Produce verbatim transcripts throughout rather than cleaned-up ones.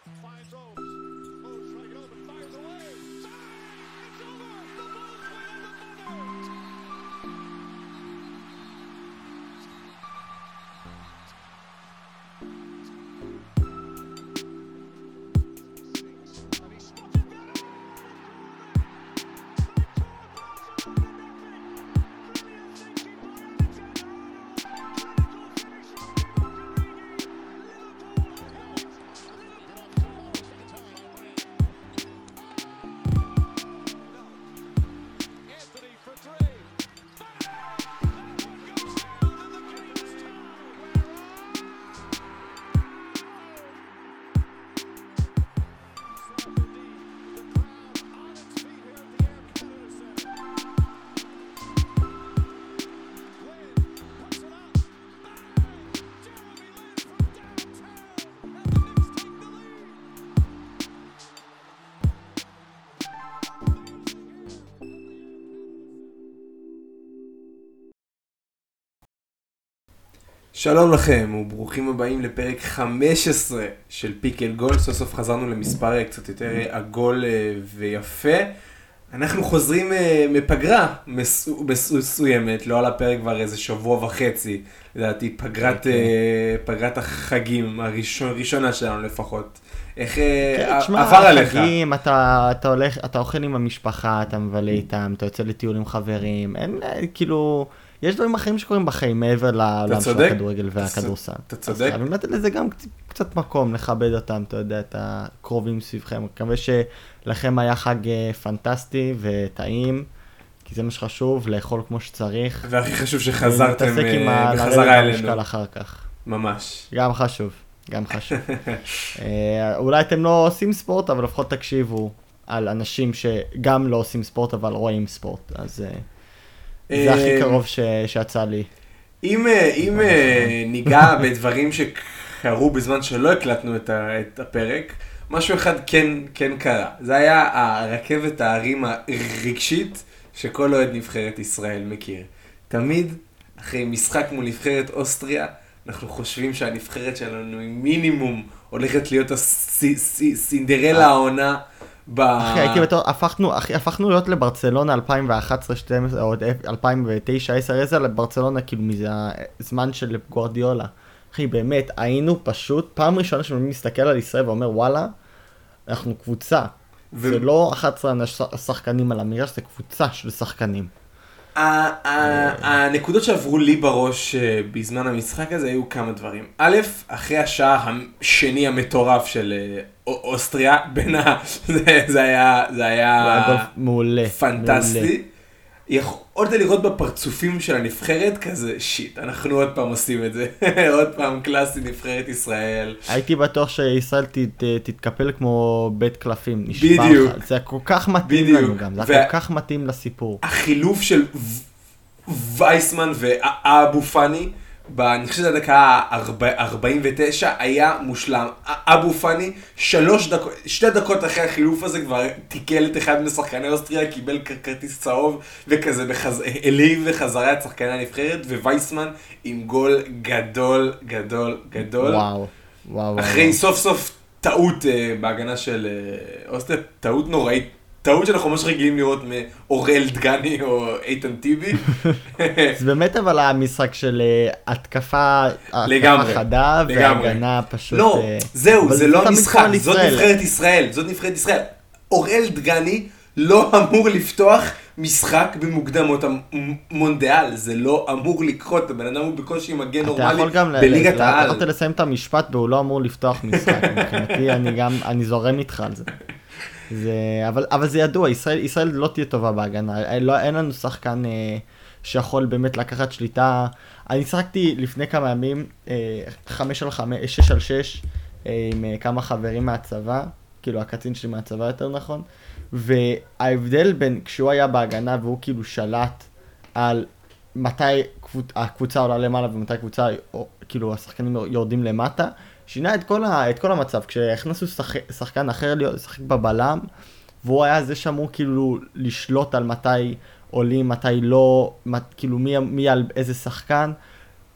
שלום לכם וברוכים הבאים לפרק חמש עשרה של פיקל גול. סוף סוף חזרנו למספר קצת יותר עגול ויפה. אנחנו חוזרים מפגרה מסוימת, לא על הפרק כבר איזה שבוע וחצי, לדעתי פגרת, פגרת החגים הראשונה שלנו לפחות. איך עבר עליך? חגים, אתה, אתה הולך, אתה אוכל עם המשפחה, אתה מבלה איתם, אתה יוצא לטיול עם חברים, אין כאילו... יש דברים אחרים שקורים בחיים מעבר לעולם של הכדורגל והכדורסל. אתה צודק. אז באמת לזה גם קצת מקום לכבד אותם, אתה יודע, את הקרובים סביבכם. אני מקווה שלכם היה חג פנטסטי וטעים, כי זה מה שחשוב, לאכול כמו שצריך. והכי חשוב שחזרתם בחזרה אלינו. להתעסק עם לרדת במשקל אחר כך. ממש. גם חשוב, גם חשוב. אולי אתם לא עושים ספורט, אבל לפחות תקשיבו על אנשים שגם לא עושים ספורט, אבל רואים ספורט. אז... זה הכי קרוב שיצא לי. אם ניגע בדברים שקרו בזמן שלא הקלטנו את הפרק, משהו אחד כן קרה. זה היה הרכבת הערים הרגשית שכל אוהד נבחרת ישראל מכיר. תמיד, אחרי משחק מול נבחרת אוסטריה, אנחנו חושבים שהנבחרת שלנו מינימום הולכת להיות הסינדרלה העונה, אחי, הייתי בטוח, הפכנו, אחי, הפכנו להיות לברצלונה אלפיים ואחת עשרה שתים עשרה, או אלפיים ותשע עשר, איזה לברצלונה, כאילו, מזה הזמן של גוארדיולה. אחי, באמת, היינו פשוט, פעם ראשונה שאני מסתכל על ישראל ואומר, וואלה, אנחנו קבוצה. ו... זה לא אחת עשרה שחקנים על המגרש, זה קבוצה של שחקנים. הנקודות שעברו לי בראש בזמן המשחק הזה היו כמה דברים. א', אחרי השעה השני המטורף של אוסטריה, בין ה... זה היה... זה היה... מעולה. פנטסטי. יכולת לראות בפרצופים של הנבחרת כזה, שיט, אנחנו עוד פעם עושים את זה. עוד פעם קלאסי נבחרת ישראל. הייתי בטוח שישראל תתקפל כמו בית קלפים. בדיוק. זה כל כך מתאים לנו גם, זה כל כך מתאים לסיפור. החילוף של וייסמן ואבו פאני, אני חושב שזה הדקה ארבעים ותשע, היה מושלם. אבו פאני, שלוש דקות, שתי דקות אחרי החילוף הזה כבר תיקל את אחד משחקני אוסטריה, קיבל כרטיס צהוב וכזה אליב וחזרה את שחקני הנבחרת, ווייסמן עם גול גדול, גדול, גדול. וואו, וואו. אחרי סוף סוף טעות בהגנה של אוסטריה, טעות נוראית. טעות שאנחנו ממש רגילים לראות מאורל דגני או איתן טיבי. זה באמת אבל המשחק של התקפה חדה והגנה פשוט... לא, זהו, זה לא המשחק, זאת נבחרת ישראל, זאת נבחרת ישראל. אורל דגני לא אמור לפתוח משחק במוקדמות המונדיאל, זה לא אמור לקרות, הבן אדם הוא בקושי מגן נורמלי בליגת העל. אתה יכול לסיים את המשפט והוא לא אמור לפתוח משחק, מבחינתי אני זורם איתך על זה. זה, אבל, אבל זה ידוע, ישראל, ישראל לא תהיה טובה בהגנה, לא, אין לנו שחקן אה, שיכול באמת לקחת שליטה. אני שחקתי לפני כמה ימים, אה, חמש על חמש, שש על שש, אה, עם אה, כמה חברים מהצבא, כאילו הקצין שלי מהצבא יותר נכון, וההבדל בין כשהוא היה בהגנה והוא כאילו שלט על מתי קבוצ, הקבוצה עולה למעלה ומתי קבוצה, או, כאילו השחקנים יורדים למטה, שינה את כל, ה, את כל המצב. כשהכנסו שח, שחקן אחר לשחק בבלם, והוא היה זה שאמור כאילו לשלוט על מתי עולים, מתי לא, מת, כאילו מי, מי על איזה שחקן,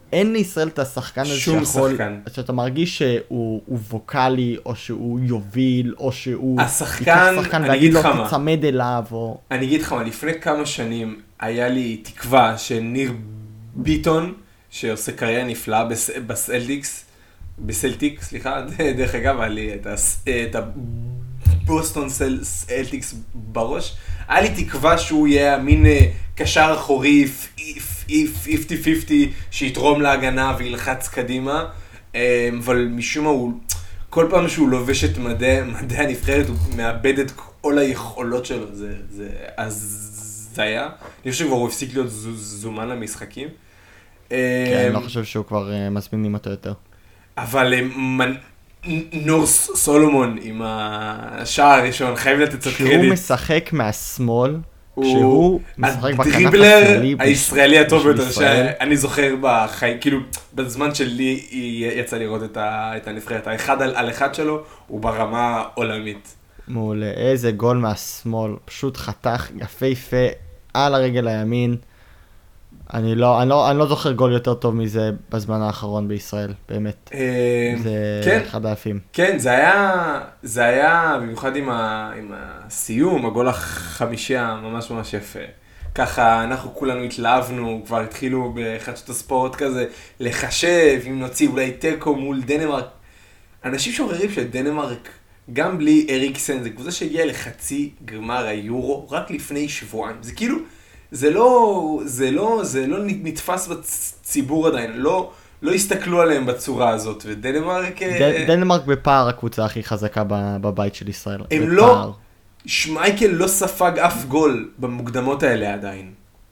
אין לישראל את השחקן הזה שום שיכול, שחקן. שאתה מרגיש שהוא הוא ווקלי, או שהוא יוביל, או שהוא השחקן, ייקח שחקן אני ויגיד אגיד לו לך מה. תצמד אליו, או... אני אגיד לך מה, לפני כמה שנים היה לי תקווה שניר ביטון, שעושה קריירה נפלאה בס, בסלטיקס, בסלטיק, סליחה, דרך אגב, היה לי את, הס, את הבוסטון סל, סלטיקס בראש, היה לי תקווה שהוא יהיה מין קשר אחורי, פיפטי פיפטי, שיתרום להגנה וילחץ קדימה, אבל משום מה הוא, כל פעם שהוא לובש את מדעי, מדעי הנבחרת, הוא מאבד את כל היכולות שלו, זה, זה, אז זה היה. אני חושב שכבר הוא הפסיק להיות זומן למשחקים. כן, אני לא חושב שהוא כבר מזמינים אותו יותר. אבל נור סולומון עם השער הראשון, חייב לתת קצת קרדיט. כשהוא משחק מהשמאל, כשהוא משחק בכנף הדריבלר הישראלי הטוב ביותר שאני זוכר בחיים, כאילו בזמן שלי יצא לראות את הנבחרת, האחד על אחד שלו הוא ברמה עולמית. מעולה, איזה גול מהשמאל, פשוט חתך יפהפה על הרגל הימין. אני לא, אני לא, אני לא זוכר גול יותר טוב מזה בזמן האחרון בישראל, באמת. זה כן, אחד היפים. כן, זה היה, זה היה במיוחד עם, ה, עם הסיום, הגול החמישי ממש ממש יפה. ככה אנחנו כולנו התלהבנו, כבר התחילו בחדשות הספורט כזה, לחשב, אם נוציא אולי טקו מול דנמרק. אנשים שומרים שדנמרק, גם בלי אריקסן, זה קבוצה שהגיעה לחצי גמר היורו רק לפני שבועיים. זה כאילו, זה לא, זה לא, זה לא נתפס בציבור עדיין, לא, לא הסתכלו עליהם בצורה הזאת, ודנמרק... ד, דנמרק בפער הקבוצה הכי חזקה בבית של ישראל. הם בפער. לא, שמייקל לא ספג אף גול במוקדמות האלה עדיין.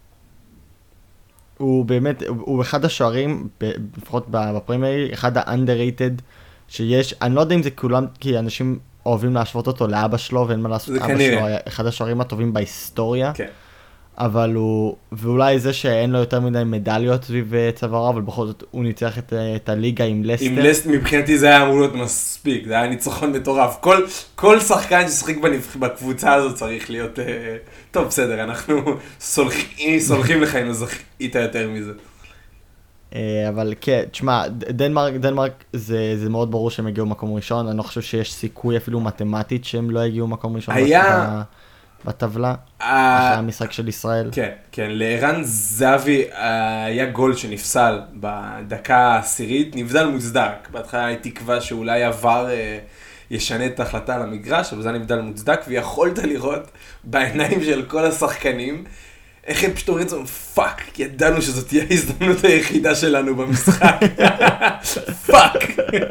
הוא באמת, הוא אחד השוערים, לפחות בפרמייר, אחד ה-underrated שיש, אני לא יודע אם זה כולם, כי אנשים אוהבים להשוות אותו לאבא שלו, ואין מה לעשות, אבא כנראה. שלו היה אחד השוערים הטובים בהיסטוריה. כן. אבל הוא, ואולי זה שאין לו יותר מדי מדליות סביב צווארו, אבל בכל זאת הוא ניצח את, את הליגה עם לסטר. עם לסטר, מבחינתי זה היה אמור להיות מספיק, זה היה ניצחון מטורף. כל, כל שחקן ששחק בקבוצה הזאת צריך להיות, אה, טוב בסדר, אנחנו סולחים, סולחים לך אם זכית יותר מזה. אבל כן, תשמע, דנמרק, דנמרק זה, זה מאוד ברור שהם הגיעו מקום ראשון, אני לא חושב שיש סיכוי אפילו מתמטית שהם לא הגיעו מקום ראשון. היה... בטבלה, אחרי המשחק של ישראל. כן, כן, לערן זהבי היה גול שנפסל בדקה העשירית, נבדל מוצדק. בהתחלה הייתי תקווה שאולי עבר ישנה את ההחלטה על המגרש, אבל זה נבדל מוצדק, ויכולת לראות בעיניים של כל השחקנים, איך הם פשוט אומרים את זה, פאק, ידענו שזאת תהיה ההזדמנות היחידה שלנו במשחק. פאק.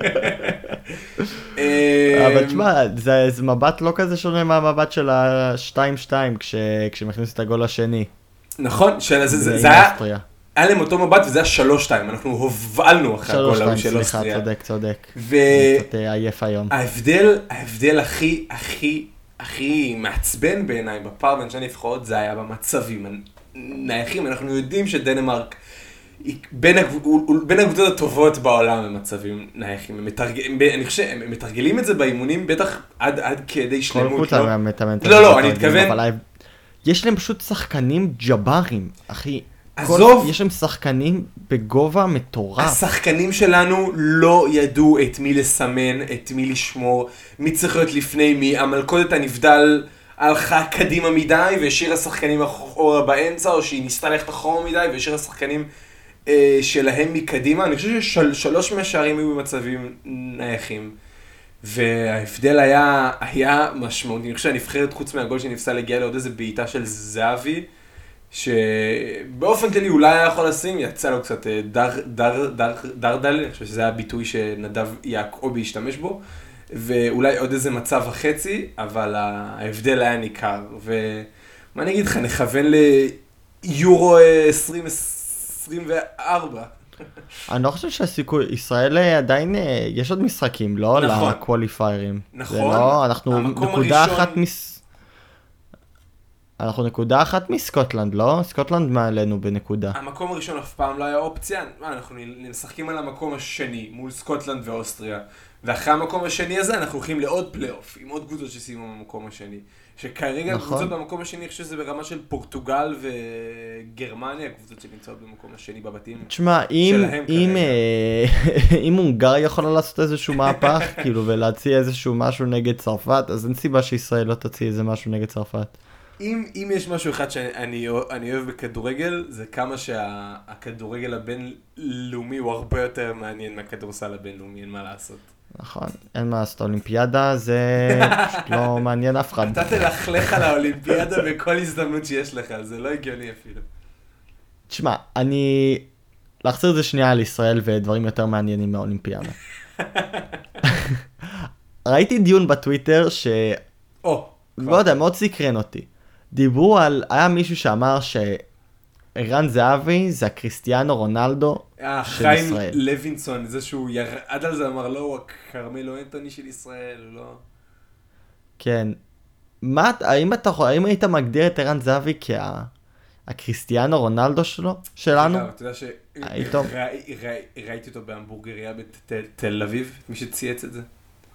אבל תשמע, זה מבט לא כזה שונה מהמבט של ה-שתיים שתיים, כשהם הכניסו את הגול השני. נכון, זה היה, היה להם אותו מבט וזה היה שלוש שתיים, אנחנו הובלנו אחרי הגול ההוא של אוסטריה. סליחה, צודק, צודק. אני קצת עייף היום. ההבדל, ההבדל הכי, הכי, הכי מעצבן בעיניי בפער בין שני נבחרות, זה היה במצבים נייחים. אנחנו יודעים שדנמרק בין הקבוצות הטובות בעולם במצבים נייחים. אני חושב, הם מתרגלים את זה באימונים, בטח עד כדי שלמות. כל קבוצה מתאמנת. לא, לא, אני מתכוון. יש להם פשוט שחקנים ג'אברים, אחי. עזוב. יש להם שחקנים בגובה מטורף. השחקנים שלנו לא ידעו את מי לסמן, את מי לשמור, מי צריך להיות לפני מי. המלכודת הנבדל הלכה קדימה מדי והשאירה שחקנים אחורה באמצע, או שהיא ניסתה ללכת אחורה מדי והשאירה שחקנים אה, שלהם מקדימה. אני חושב ששלוש מהשערים היו במצבים נייחים. וההבדל היה, היה משמעותי. אני חושב שהנבחרת חוץ מהגול שנפסל הגיעה לעוד איזה בעיטה של זהבי, שבאופן כללי אולי היה יכול לשים, יצא לו קצת דר, דר, דר, דרדל, אני חושב שזה היה ביטוי שנדב יעקבי השתמש בו, ואולי עוד איזה מצב החצי, אבל ההבדל היה ניכר. ומה אני אגיד לך, נכוון ליורו עשרים עשרים וארבע. אני לא חושב שהסיכוי, ישראל עדיין, יש עוד משחקים, לא? נכון. לקואליפיירים. נכון. לא, אנחנו נקודה אחת מס... אנחנו נקודה אחת מסקוטלנד, לא? סקוטלנד מעלינו בנקודה. המקום הראשון אף פעם לא היה אופציה, מה, אנחנו משחקים על המקום השני מול סקוטלנד ואוסטריה, ואחרי המקום השני הזה אנחנו הולכים לעוד פלייאוף, עם עוד קבוצות שסיימו במקום השני. שכרגע נכון. קבוצות במקום השני, אני חושב שזה ברמה של פורטוגל וגרמניה, קבוצות שנמצאות במקום השני בבתים תשמע, אם, שלהם אם, כרגע. אה, אם הונגריה יכולה לעשות איזשהו מהפך, כאילו, ולהציע איזשהו משהו נגד צרפת, אז אין סיבה שישראל לא תציע איזה משהו נגד צרפת. אם, אם יש משהו אחד שאני אני אוהב בכדורגל, זה כמה שהכדורגל הבינלאומי הוא הרבה יותר מעניין מהכדורסל הבינלאומי, אין מה לעשות. נכון, אין מה לעשות, האולימפיאדה זה פשוט לא מעניין אף אחד. אתה תלכלך על האולימפיאדה בכל הזדמנות שיש לך, זה לא הגיוני אפילו. תשמע, אני... להחזיר את זה שנייה על ישראל ודברים יותר מעניינים מהאולימפיאדה. ראיתי דיון בטוויטר ש... או, לא יודע, מאוד סקרן אותי. דיברו על... היה מישהו שאמר שערן זהבי זה הקריסטיאנו רונלדו של חיים ישראל. לוינסון, זה שהוא ירד על זה, אמר לא, הוא הקרמלו אנטוני של ישראל, הוא לא... כן. מה, האם אתה יכול, האם היית מגדיר את ערן זהבי כהקריסטיאנו רונלדו שלו, שלנו? אתה יודע איתו. שראיתי אותו בהמבורגריה בתל אביב, מי שצייץ את זה?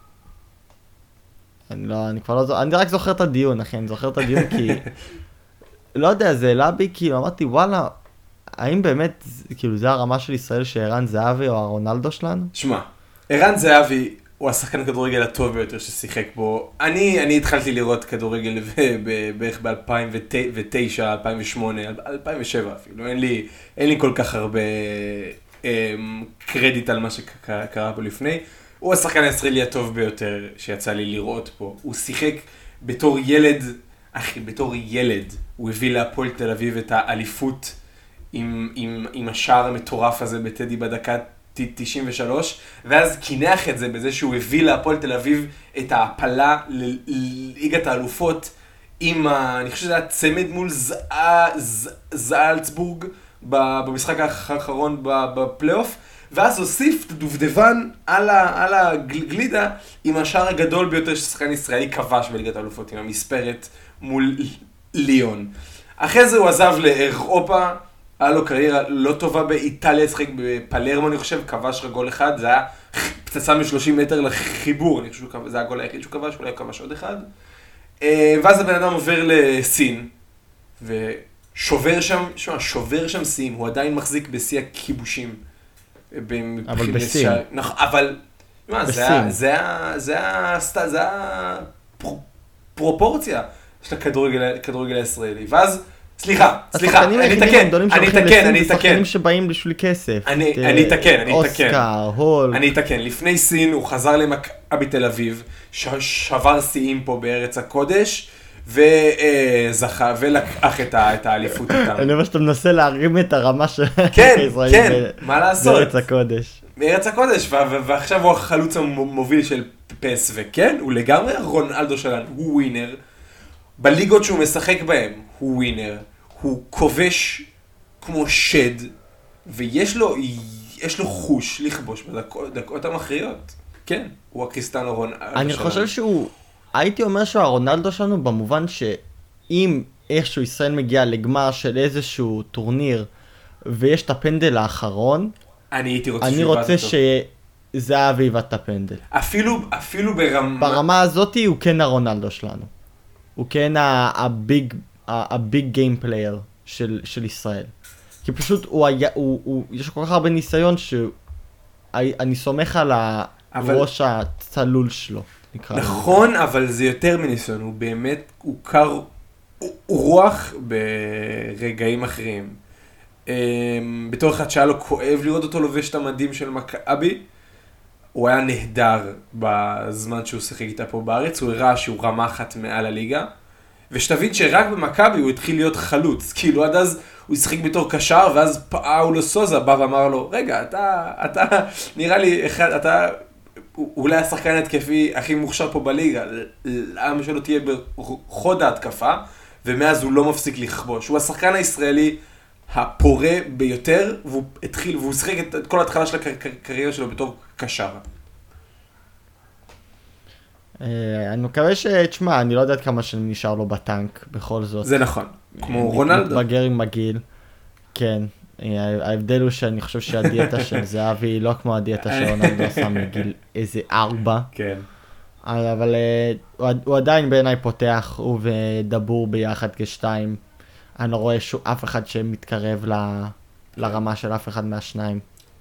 אני לא, אני כבר לא זוכר, אני רק זוכר את הדיון, אחי, אני זוכר את הדיון כי... לא יודע, זה העלה בי, כאילו, אמרתי, וואלה, האם באמת, כאילו, זה הרמה של ישראל שערן זהבי או הרונלדו שלנו? שמע, ערן זהבי הוא השחקן הכדורגל הטוב ביותר ששיחק בו. אני, אני התחלתי לראות כדורגל בערך ב-אלפיים ותשע, אלפיים ושמונה, אלפיים ושבע אפילו. אין לי, אין לי כל כך הרבה אמ, קרדיט על מה שקרה פה לפני. הוא השחקן הישראלי הטוב ביותר שיצא לי לראות פה. הוא שיחק בתור ילד, אחי, בתור ילד, הוא הביא להפועל תל אביב את האליפות עם, עם, עם השער המטורף הזה בטדי בדקה תשעים ושלוש, ואז קינח את זה בזה שהוא הביא להפועל תל אביב את ההפלה לליגת האלופות עם, ה, אני חושב שזה היה צמד מול זלצבורג במשחק האחרון בפלייאוף, ואז הוסיף את הדובדבן על, ה, על הגלידה עם השער הגדול ביותר ששחקן ישראלי כבש בליגת האלופות, עם המספרת מול ליון. אחרי זה הוא עזב לאירופה, היה לו קריירה לא טובה באיטליה, שחק בפלרמו, אני חושב, כבש רק גול אחד, זה היה פצצה מ-שלושים מטר לחיבור, אני חושב שזה היה הגול היחיד שהוא כבש, אולי הוא כבש עוד אחד. ואז הבן אדם עובר לסין, ושובר שם, שמה, שובר שם סין, הוא עדיין מחזיק בשיא הכיבושים. אבל בסין. נכון, אבל, מה, זה הפרופורציה של הכדורגל הישראלי, ואז, סליחה, סליחה, אני אתקן, אני אתקן, אני אתקן. שחקנים שבאים בשביל כסף. אני אתקן, אני אתקן. אוסקר, הול. אני אתקן, לפני סין הוא חזר למכבי תל אביב, שבר שיאים פה בארץ הקודש, וזכה, ולקח את האליפות איתם. אני אומר שאתה מנסה להרים את הרמה של כן, כן, מה לעשות? בארץ הקודש. בארץ הקודש, ועכשיו הוא החלוץ המוביל של פס, וכן, הוא לגמרי רונלדו שלנו, הוא ווינר. בליגות שהוא משחק בהם, הוא ווינר, הוא כובש כמו שד, ויש לו, יש לו חוש לכבוש בדקות המכריעות. כן, הוא הקריסטיאנו רונלדו שלנו. אני חושב שהוא, הייתי אומר שהוא הרונלדו שלנו במובן שאם איכשהו ישראל מגיע לגמר של איזשהו טורניר, ויש את הפנדל האחרון, אני הייתי רוצה אני רוצה שזהבי יבעט את הפנדל. אפילו, אפילו ברמה... ברמה הזאת הוא כן הרונלדו שלנו. הוא כן הביג, הביג גיים פלייר של, של ישראל. כי פשוט הוא היה, הוא, הוא, יש כל כך הרבה ניסיון שאני סומך על הראש אבל... הצלול שלו. נכון, לי. אבל זה יותר מניסיון, הוא באמת, הוא קר רוח ברגעים אחרים. בתור אחד שהיה לו כואב לראות אותו לובש את המדים של מכבי, הוא היה נהדר בזמן שהוא שיחק איתה פה בארץ, הוא הראה שהוא רמה אחת מעל הליגה, ושתבין שרק במכבי הוא התחיל להיות חלוץ, כאילו עד אז הוא ישחק בתור קשר, ואז פאולו סוזה בא ואמר לו, רגע, אתה, אתה, נראה לי, אחד, אתה, אולי השחקן התקפי הכי מוכשר פה בליגה, למה שלא תהיה בחוד ההתקפה, ומאז הוא לא מפסיק לכבוש, הוא השחקן הישראלי הפורה ביותר, והוא התחיל, והוא שחק את כל ההתחלה של הקריירה שלו בתור קשר. אני מקווה ש... תשמע, אני לא יודעת כמה שנים נשאר לו בטנק, בכל זאת. זה נכון, כמו רונלדו. מתבגר עם הגיל, כן. ההבדל הוא שאני חושב שהדיאטה של זהבי היא לא כמו הדיאטה של רונלדו עשה מגיל איזה ארבע. כן. אבל הוא עדיין בעיניי פותח, הוא ודבור ביחד כשתיים. אני לא רואה אף אחד שמתקרב לרמה של אף אחד מהשניים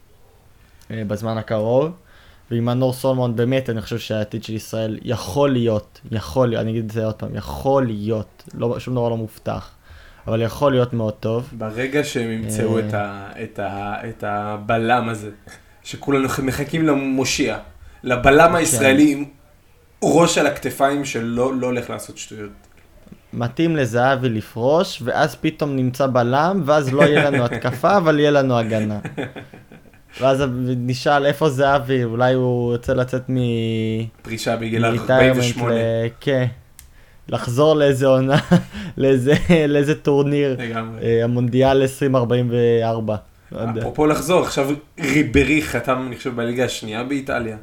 בזמן הקרוב. ועם הנור סולמון, באמת, אני חושב שהעתיד של ישראל יכול להיות, יכול להיות, אני אגיד את זה עוד פעם, יכול להיות, לא, שום דבר לא מובטח, אבל יכול להיות מאוד טוב. ברגע שהם ימצאו את, ה, את, ה, את הבלם הזה, שכולנו מחכים למושיע, לבלם הישראלי עם ראש על הכתפיים שלא לא הולך לעשות שטויות. מתאים לזהבי לפרוש, ואז פתאום נמצא בלם, ואז לא יהיה לנו התקפה, אבל יהיה לנו הגנה. ואז נשאל איפה זהבי, אולי הוא רוצה לצאת מ... פרישה בגיל ארבעים ושמונה. כן, לחזור לאיזה עונה, לאיזה טורניר, המונדיאל עשרים ארבעים וארבע. אפרופו לחזור, עכשיו ריברי חתם, אני חושב, בליגה השנייה באיטליה.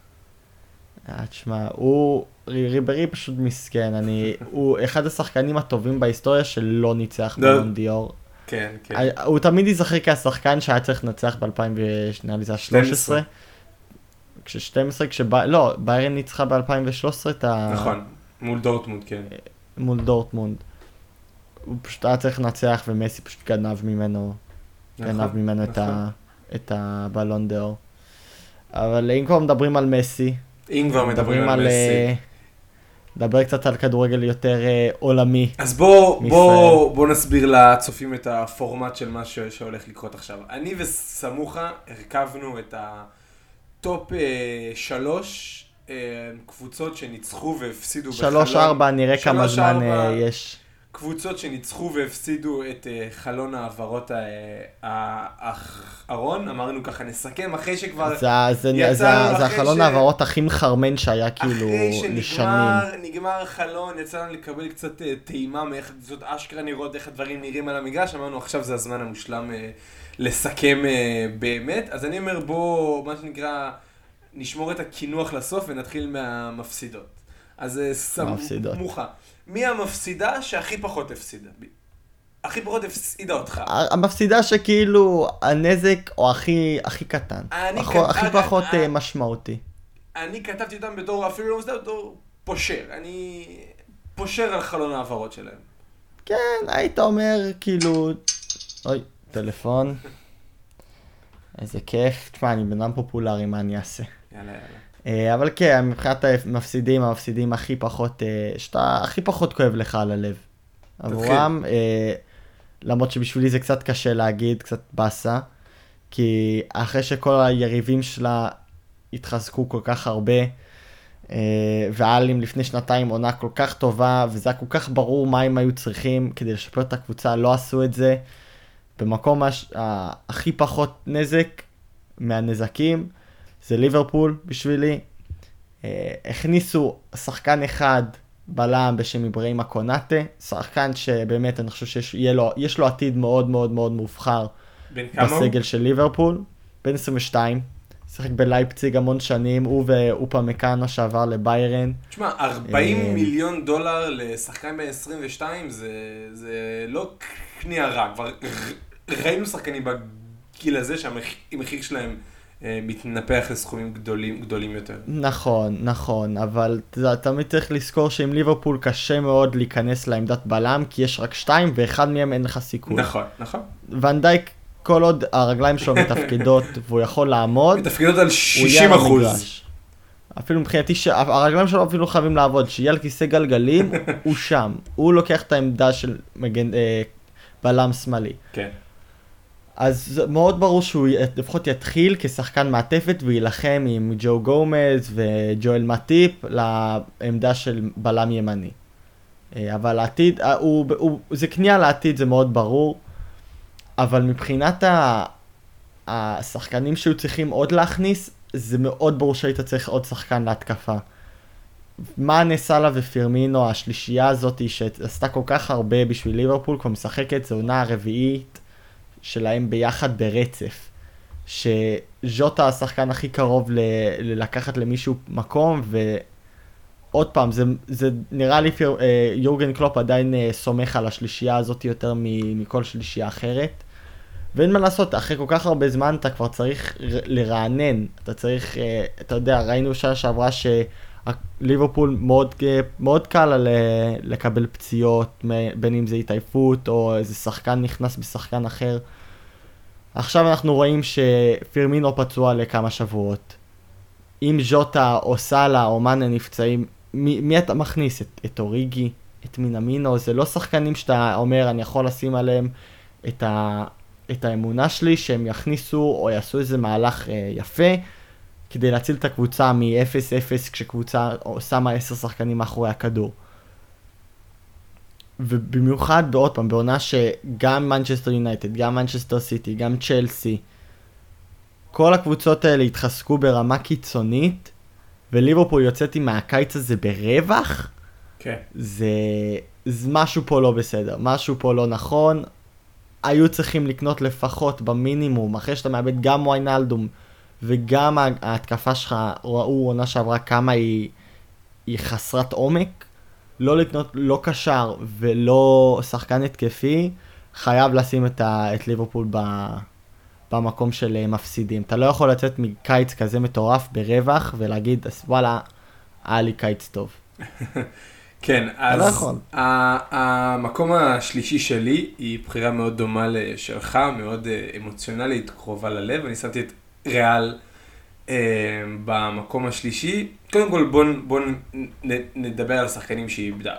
תשמע, הוא, ריברי פשוט מסכן, אני, הוא אחד השחקנים הטובים בהיסטוריה שלא ניצח במונדיאור. כן, כן. הוא תמיד יזכר כשחקן שהיה צריך לנצח ב-אלפיים ושלוש עשרה. כש-שתים עשרה, כשבא... לא, ביירן ניצחה ב-אלפיים ושלוש עשרה את ה... נכון, מול דורטמונד, כן. מול דורטמונד. הוא פשוט היה צריך לנצח ומסי פשוט גנב ממנו, גנב ממנו את הבלון דאור. אבל אם כבר מדברים על מסי... אם כבר מדברים על מסי... נדבר קצת על כדורגל יותר uh, עולמי. אז בוא, בוא, בוא נסביר לצופים את הפורמט של מה ש- שהולך לקרות עכשיו. אני וסמוכה הרכבנו את הטופ uh, שלוש uh, קבוצות שניצחו והפסידו בחלון. שלוש ארבע, נראה כמה זמן uh, יש. קבוצות שניצחו והפסידו את uh, חלון העברות האחרון. אמרנו ככה, נסכם אחרי שכבר זה, זה, זה, זה החלון ש... העברות הכי מחרמן שהיה כאילו לשנים. אחרי שנגמר נגמר חלון, יצאנו לקבל קצת uh, טעימה מאיך זאת אשכרה נראות, איך הדברים נראים על המגרש. אמרנו עכשיו זה הזמן המושלם uh, לסכם uh, באמת. אז אני אומר בוא, מה שנקרא, נשמור את הכינוח לסוף ונתחיל מהמפסידות. אז סמוכה. מי המפסידה שהכי פחות הפסידה? הכי פחות הפסידה אותך. המפסידה שכאילו הנזק הוא הכי, הכי קטן. הכי פחות משמעותי. אני כתבתי אותם בתור, אפילו לא מפסידה, בתור פושר. אני פושר על חלון העברות שלהם. כן, היית אומר כאילו... אוי, טלפון. איזה כיף. תשמע, אני בנם פופולרי, מה אני אעשה? יאללה, יאללה. אבל כן, מבחינת המפסידים, המפסידים הכי פחות, שאתה הכי פחות כואב לך על הלב. עבורם, למרות שבשבילי זה קצת קשה להגיד, קצת בסה, כי אחרי שכל היריבים שלה התחזקו כל כך הרבה, והיה להם לפני שנתיים עונה כל כך טובה, וזה היה כל כך ברור מה הם היו צריכים כדי לשפר את הקבוצה, לא עשו את זה. במקום הכי פחות נזק מהנזקים, זה ליברפול בשבילי. הכניסו שחקן אחד בלם בשם אברהים קונאטה, שחקן שבאמת אני חושב שיש לו, יש לו עתיד מאוד מאוד מאוד מובחר בסגל של ליברפול. בן עשרים ושתיים, שחק בלייפציג המון שנים, הוא ואופמקאנו שעבר לביירן. תשמע, ארבעים מיליון דולר לשחקן בן עשרים ושתיים זה, זה לא קנייה רע. כבר ראינו שחקנים בגיל הזה שהמחיר שלהם מתנפח לסכומים גדולים, גדולים יותר. נכון, נכון, אבל אתה תמיד צריך לזכור שעם ליברפול קשה מאוד להיכנס לעמדת בלם, כי יש רק שתיים ואחד מהם אין לך סיכוי. נכון, נכון. ונדייק, כל עוד הרגליים שלו מתפקדות והוא יכול לעמוד, מתפקדות על שישים אחוז. אפילו מבחינתי, הרגליים שלו אפילו חייבים לעבוד, שיהיה על כיסא גלגלים, הוא שם. הוא לוקח את העמדה של מגן, אה, בלם שמאלי. כן. אז מאוד ברור שהוא לפחות יתחיל כשחקן מעטפת וילחם עם ג'ו גומז וג'ואל מטיפ לעמדה של בלם ימני. אבל העתיד, הוא, הוא, זה קנייה לעתיד, זה מאוד ברור, אבל מבחינת השחקנים שהוא צריכים עוד להכניס, זה מאוד ברור שהיית צריך עוד שחקן להתקפה. מאנה, סאלה ופירמינו, השלישייה הזאת שעשתה כל כך הרבה בשביל ליברפול, כבר משחקת, זו עונה הרביעית שלהם ביחד ברצף. שז'וטה השחקן הכי קרוב ל- ללקחת למישהו מקום, עוד פעם, זה, זה נראה לי פיר, אה, יורגן קלופ עדיין אה, סומך על השלישייה הזאת יותר מ, מכל שלישייה אחרת. ואין מה לעשות, אחרי כל כך הרבה זמן אתה כבר צריך לרענן, אתה צריך, אה, אתה יודע, ראינו שעה שעברה שליברפול מאוד, מאוד קל על, לקבל פציעות, בין אם זה התעייפות או איזה שחקן נכנס בשחקן אחר. עכשיו אנחנו רואים שפירמינו פצוע לכמה שבועות. אם ז'וטה או סאלה או מאנה נפצעים, מי, מי אתה מכניס? את, את אוריגי, את מינאמינו? זה לא שחקנים שאתה אומר, אני יכול לשים עליהם את, ה, את האמונה שלי, שהם יכניסו או יעשו איזה מהלך אה, יפה, כדי להציל את הקבוצה מ-אפס אפס כשקבוצה שמה עשר שחקנים מאחורי הכדור. ובמיוחד בעוד פעם, בעונה שגם מנצ'סטר יונייטד, גם מנצ'סטר סיטי, גם צ'לסי, כל הקבוצות האלה התחזקו ברמה קיצונית, וליברפול יוצאתי מהקיץ הזה ברווח, כן. זה, זה משהו פה לא בסדר, משהו פה לא נכון, היו צריכים לקנות לפחות במינימום, אחרי שאתה מאבד גם ויינלדום, וגם ההתקפה שלך, ראו עונה שעברה כמה היא, היא חסרת עומק, לא לקנות, לא קשר ולא שחקן התקפי, חייב לשים את, ה, את ליברפול ב... במקום של מפסידים. אתה לא יכול לצאת מקיץ כזה מטורף ברווח ולהגיד, וואלה, היה לי קיץ טוב. כן, אז לא יכול. המקום השלישי שלי היא בחירה מאוד דומה לשלך, מאוד אמוציונלית, קרובה ללב. אני שמתי את ריאל במקום השלישי. קודם כל בואו נדבר על השחקנים שהיא איבדה.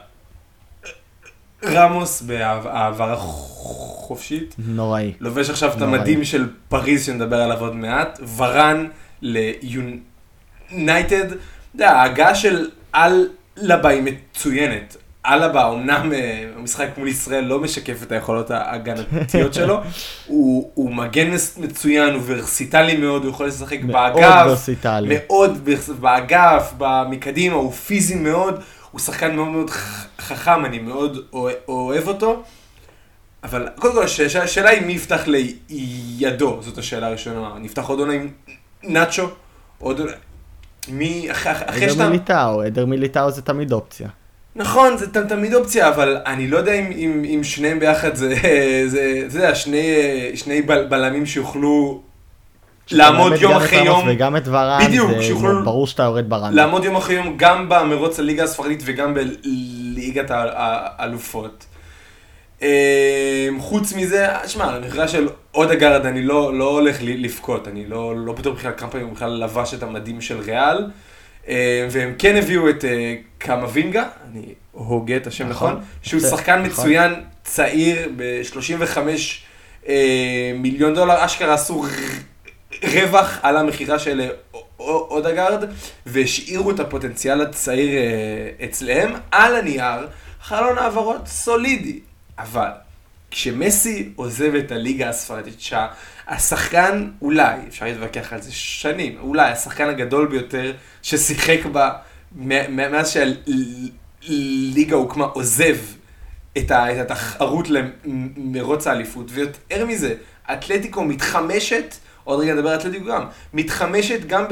רמוס בעברה חופשית. נוראי. לובש עכשיו את המדים של פריז שנדבר עליו עוד מעט. ורן ליונייטד. ההגעה של אלבה היא מצוינת. אלבה, אומנם המשחק מול ישראל לא משקף את היכולות ההגנתיות שלו. הוא, הוא מגן מצוין, הוא ורסיטלי מאוד, הוא יכול לשחק באגף. מאוד ורסיטלי. מאוד באגף, מקדימה, הוא פיזי מאוד. הוא שחקן מאוד מאוד חכם, אני מאוד אוהב אותו. אבל קודם כל, השאלה היא מי יפתח לידו, זאת השאלה הראשונה. נפתח עוד עונה עם נאצ'ו, עוד עונה... מי... אחרי שאתה... עדר מיליטאו, עדר מיליטאו זה תמיד אופציה. נכון, זה תמיד אופציה, אבל אני לא יודע אם שניהם ביחד זה... זה יודע, שני בלמים שיוכלו... לעמוד יום אחרי יום, וגם את ורן, בדיוק, זה שיוכלו ברור שאתה יורד ברן. לעמוד יום אחרי יום גם במרוץ הליגה הספרדית וגם בליגת האלופות. חוץ מזה, שמע, המכירה של אודגרד אני לא, לא הולך לפקוט, אני לא, לא בטוח בכלל כמה פעמים בכלל לבש את המדים של ריאל, והם כן הביאו את קמבינגה, אני הוגה את השם נכון, שהוא שחקן מצוין, צעיר, ב-שלושים וחמישה מיליון דולר, אשכרה עשו רווח על המחירה של אודגרד, והשאירו את הפוטנציאל הצעיר אצלהם, על הנייר, חלון העברות סולידי. אבל כשמסי עוזב את הליגה הספרדית, שהשחקן אולי, אפשר להתווכח על זה שנים, אולי השחקן הגדול ביותר ששיחק בה, מאז שהליגה הוקמה, עוזב את התחרות למרוץ האליפות, ויותר מזה, אתלטיקו מתחמשת, עוד רגע נדבר על אתלטיקו גם, מתחמשת גם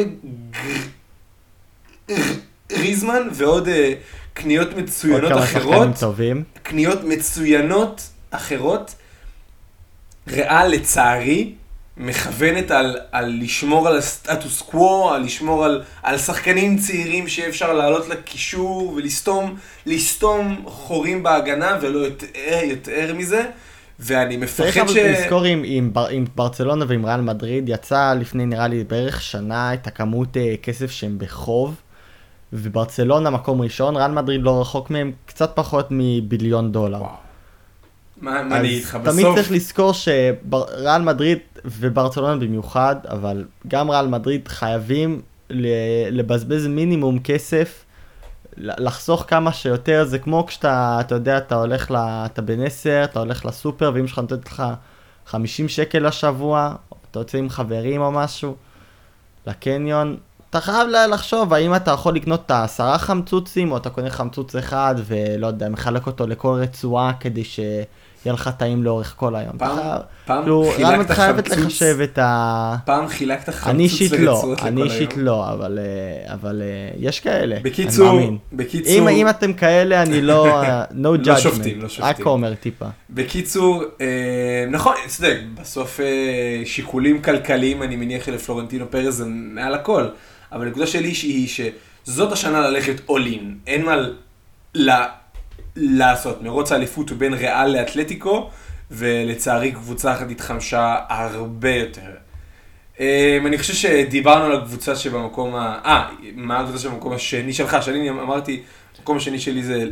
בגריזמן ועוד קניות מצוינות אחרות, קניות מצוינות אחרות, ריאל לצערי מכוונת על, על לשמור על הסטטוס קוו, על לשמור על, על שחקנים צעירים שאפשר לעלות לקישור ולסתום לסתום חורים בהגנה ולא יותר, יותר מזה, ואני מפחד ש... צריך לזכור עם, עם, עם ברצלונה ועם ריאל מדריד, יצא לפני נראה לי בערך שנה את הכמות כסף שהם בחוב, וברצלונה מקום ראשון, ריאל מדריד לא רחוק מהם קצת פחות מביליון דולר. וואו. מה, מה אני איתך בסוף? תמיד צריך לזכור שריאל מדריד וברצלונה במיוחד, אבל גם ריאל מדריד חייבים לבזבז מינימום כסף, לחסוך כמה שיותר. זה כמו כשאתה, אתה יודע, אתה הולך, אתה בן עשר, אתה הולך לסופר, ואם שלך נותנת לך חמישים שקל לשבוע, אתה יוצא עם חברים או משהו, לקניון, אתה חייב לחשוב האם אתה יכול לקנות את העשרה חמצוצים, או אתה קונה חמצוץ אחד ולא יודע, מחלק אותו לכל רצועה כדי יהיה לך טעים לאורך כל היום. פעם, אתה, פעם כאילו, חילקת ריאל מדריד חייבת חמצוץ, לחשב את ה... פעם חילקת אני חמצוץ אישית לא, לרצועות לכל היום. אני אישית לא, אבל, אה, אבל אה, יש כאלה, בקיצור, אני מאמין. בקיצור, אם, אם אתם כאלה, אני לא, no לא judgment, שופטים, לא שופטים. רק אומר טיפה. בקיצור, אה, נכון, צדק, בסוף אה, שיקולים כלכליים, אני מניח שלפלורנטינו פרז זה מעל הכל, אבל הנקודה שלי היא שזאת השנה ללכת all in, אין מה ל... לעשות. מרוץ האליפות הוא בין ריאל לאתלטיקו, ולצערי קבוצה אחת התחמשה הרבה יותר. אני חושב שדיברנו על הקבוצה שבמקום ה... אה, מה הקבוצה שבמקום השני שלך? שאני אמרתי, המקום השני שלי זה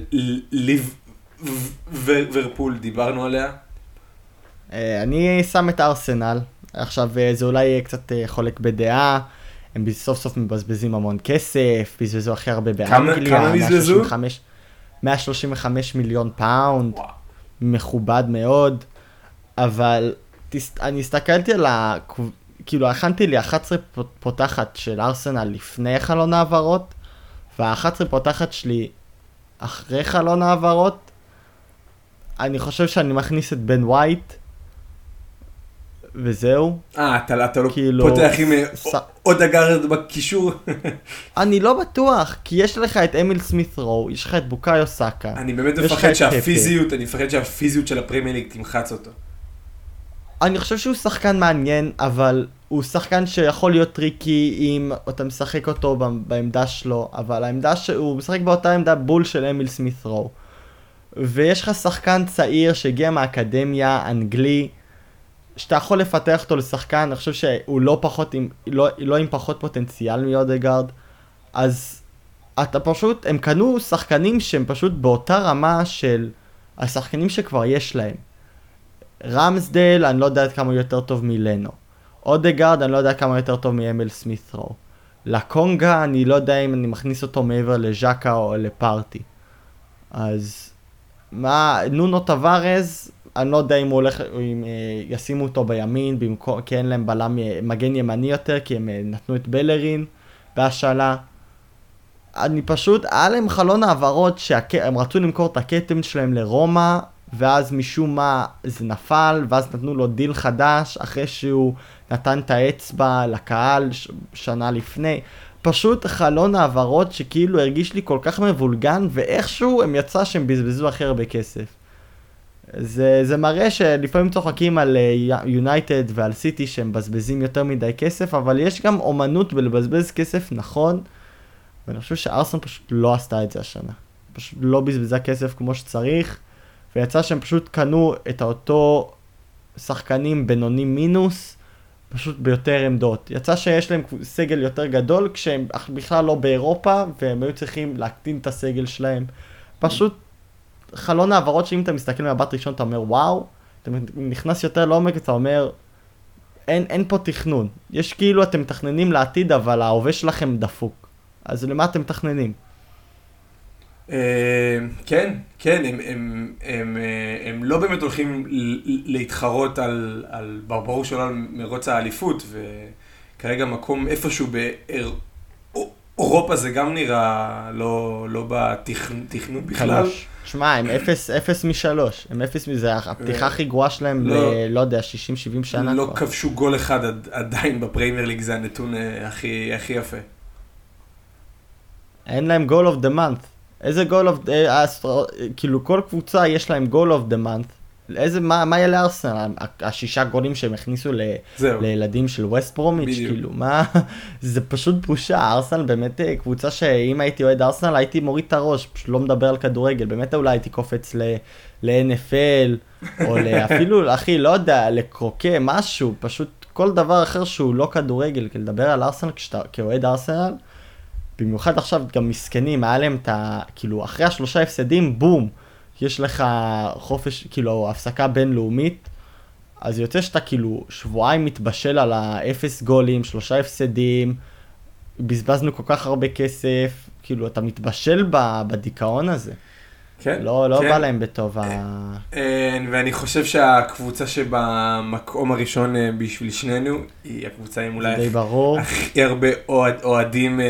ליברפול, דיברנו עליה. אני שם את ארסנל, עכשיו זה אולי קצת חולק בדעה, הם סוף סוף מבזבזים המון כסף, בזבזו הכי הרבה באנגליה. כמה בזבזו? מאה שלושים וחמישה מיליון פאונד, וואו. מכובד מאוד, אבל תס... אני הסתכלתי על ה... כאילו הכנתי לי אחת עשרה פותחת של ארסנל לפני חלון העברות, וה-אחת עשרה פותחת שלי אחרי חלון העברות, אני חושב שאני מכניס את בן ווייט, וזהו. אה, אתה, אתה לא כאילו, פותח עם ס... עוד אגרד בקישור? אני לא בטוח, כי יש לך את אמיל סמית רו, יש לך את בוקאיו סאקה. אני באמת מפחד שהפיזיות, אני מפחד שהפיזיות של הפרמייר ליג תמחץ אותו. אני חושב שהוא שחקן מעניין, אבל הוא שחקן שיכול להיות טריקי אם אתה משחק אותו בעמדה שלו, אבל העמדה שהוא משחק באותה עמדה בול של אמיל סמית רו. ויש לך שחקן צעיר שהגיע מהאקדמיה, אנגלי, שאתה יכול לפתח אותו לשחקן, אני חושב שהוא לא פחות, עם, לא, לא עם פחות פוטנציאל מיודגרד, אז אתה פשוט, הם קנו שחקנים שהם פשוט באותה רמה של השחקנים שכבר יש להם. רמסדל, אני לא יודע כמה הוא יותר טוב מלנו. אודגרד, אני לא יודע כמה הוא יותר טוב מאמיל סמית רו. לקונגה, אני לא יודע אם אני מכניס אותו מעבר לז'קה או לפארטי. אז מה, נונו טווארז, אני לא יודע אם הוא הולך, אם uh, ישימו אותו בימין, במקום, כי אין להם בלם מגן ימני יותר, כי הם uh, נתנו את בלרין בהשאלה. אני פשוט, היה להם חלון העברות שהם רצו למכור את הקטם שלהם לרומא, ואז משום מה זה נפל, ואז נתנו לו דיל חדש, אחרי שהוא נתן את האצבע לקהל ש- שנה לפני. פשוט חלון העברות שכאילו הרגיש לי כל כך מבולגן, ואיכשהו הם יצא שהם בזבזו הכי הרבה כסף. זה, זה מראה שלפעמים צוחקים על יונייטד uh, ועל סיטי שהם בזבזים יותר מדי כסף, אבל יש גם אומנות בלבזבז כסף נכון, ואני חושב שארסנל פשוט לא עשתה את זה השנה. פשוט לא בזבזה כסף כמו שצריך, ויצא שהם פשוט קנו את אותו שחקנים בינונים מינוס, פשוט ביותר עמדות. יצא שיש להם סגל יותר גדול, כשהם בכלל לא באירופה, והם היו צריכים להקטין את הסגל שלהם. פשוט חלון העברות שאם אתה מסתכל מהבת ראשון, אתה אומר וואו, אתה נכנס יותר לעומק, אתה אומר, אין, אין פה תכנון. יש כאילו אתם מתכננים לעתיד, אבל ההווה שלכם דפוק. אז למה אתם מתכננים? כן, כן, הם, הם, הם, הם לא באמת הולכים להתחרות על, על ברברור שלו על מרוץ האליפות, וכרגע מקום איפשהו באירופה זה גם נראה לא, לא בתכנון בכלל. שמע, הם אפס, אפס משלוש, הם אפס מזה, הפתיחה הכי גרועה שלהם, לא, ב, לא יודע, שישים שבעים שנה. לא כבר. כבשו גול אחד עדיין בפרמייר ליג, זה הנתון הכי, הכי יפה. אין להם גול אוף דה מאנט. איזה גול אוף, כאילו כל קבוצה יש להם גול אוף דה מאנט. איזה, מה, מה יהיה לארסנל? השישה גולים שהם הכניסו ל, לילדים של ווסט ברומיץ', כאילו, מה? זה פשוט בושה. ארסנל באמת קבוצה שאם הייתי אוהד ארסנל הייתי מוריד את הראש, פשוט לא מדבר על כדורגל. באמת אולי הייתי קופץ ל-אן אף אל, או אפילו, אחי, לא יודע, לקרוקה, משהו, פשוט כל דבר אחר שהוא לא כדורגל, כי לדבר על ארסנל כאוהד ארסנל, במיוחד עכשיו גם מסכנים, היה להם את ה... כאילו, אחרי השלושה הפסדים, בום, יש לך חופש, כאילו, הפסקה בינלאומית, אז יוצא שאתה כאילו שבועיים מתבשל על האפס גולים, שלושה הפסדים, בזבזנו כל כך הרבה כסף, כאילו, אתה מתבשל בדיכאון הזה. כן, לא, לא כן. בא להם בטוב. ואני חושב שהקבוצה שבמקום הראשון בשביל שנינו, היא הקבוצה עם אולי הכי הרבה אוהדים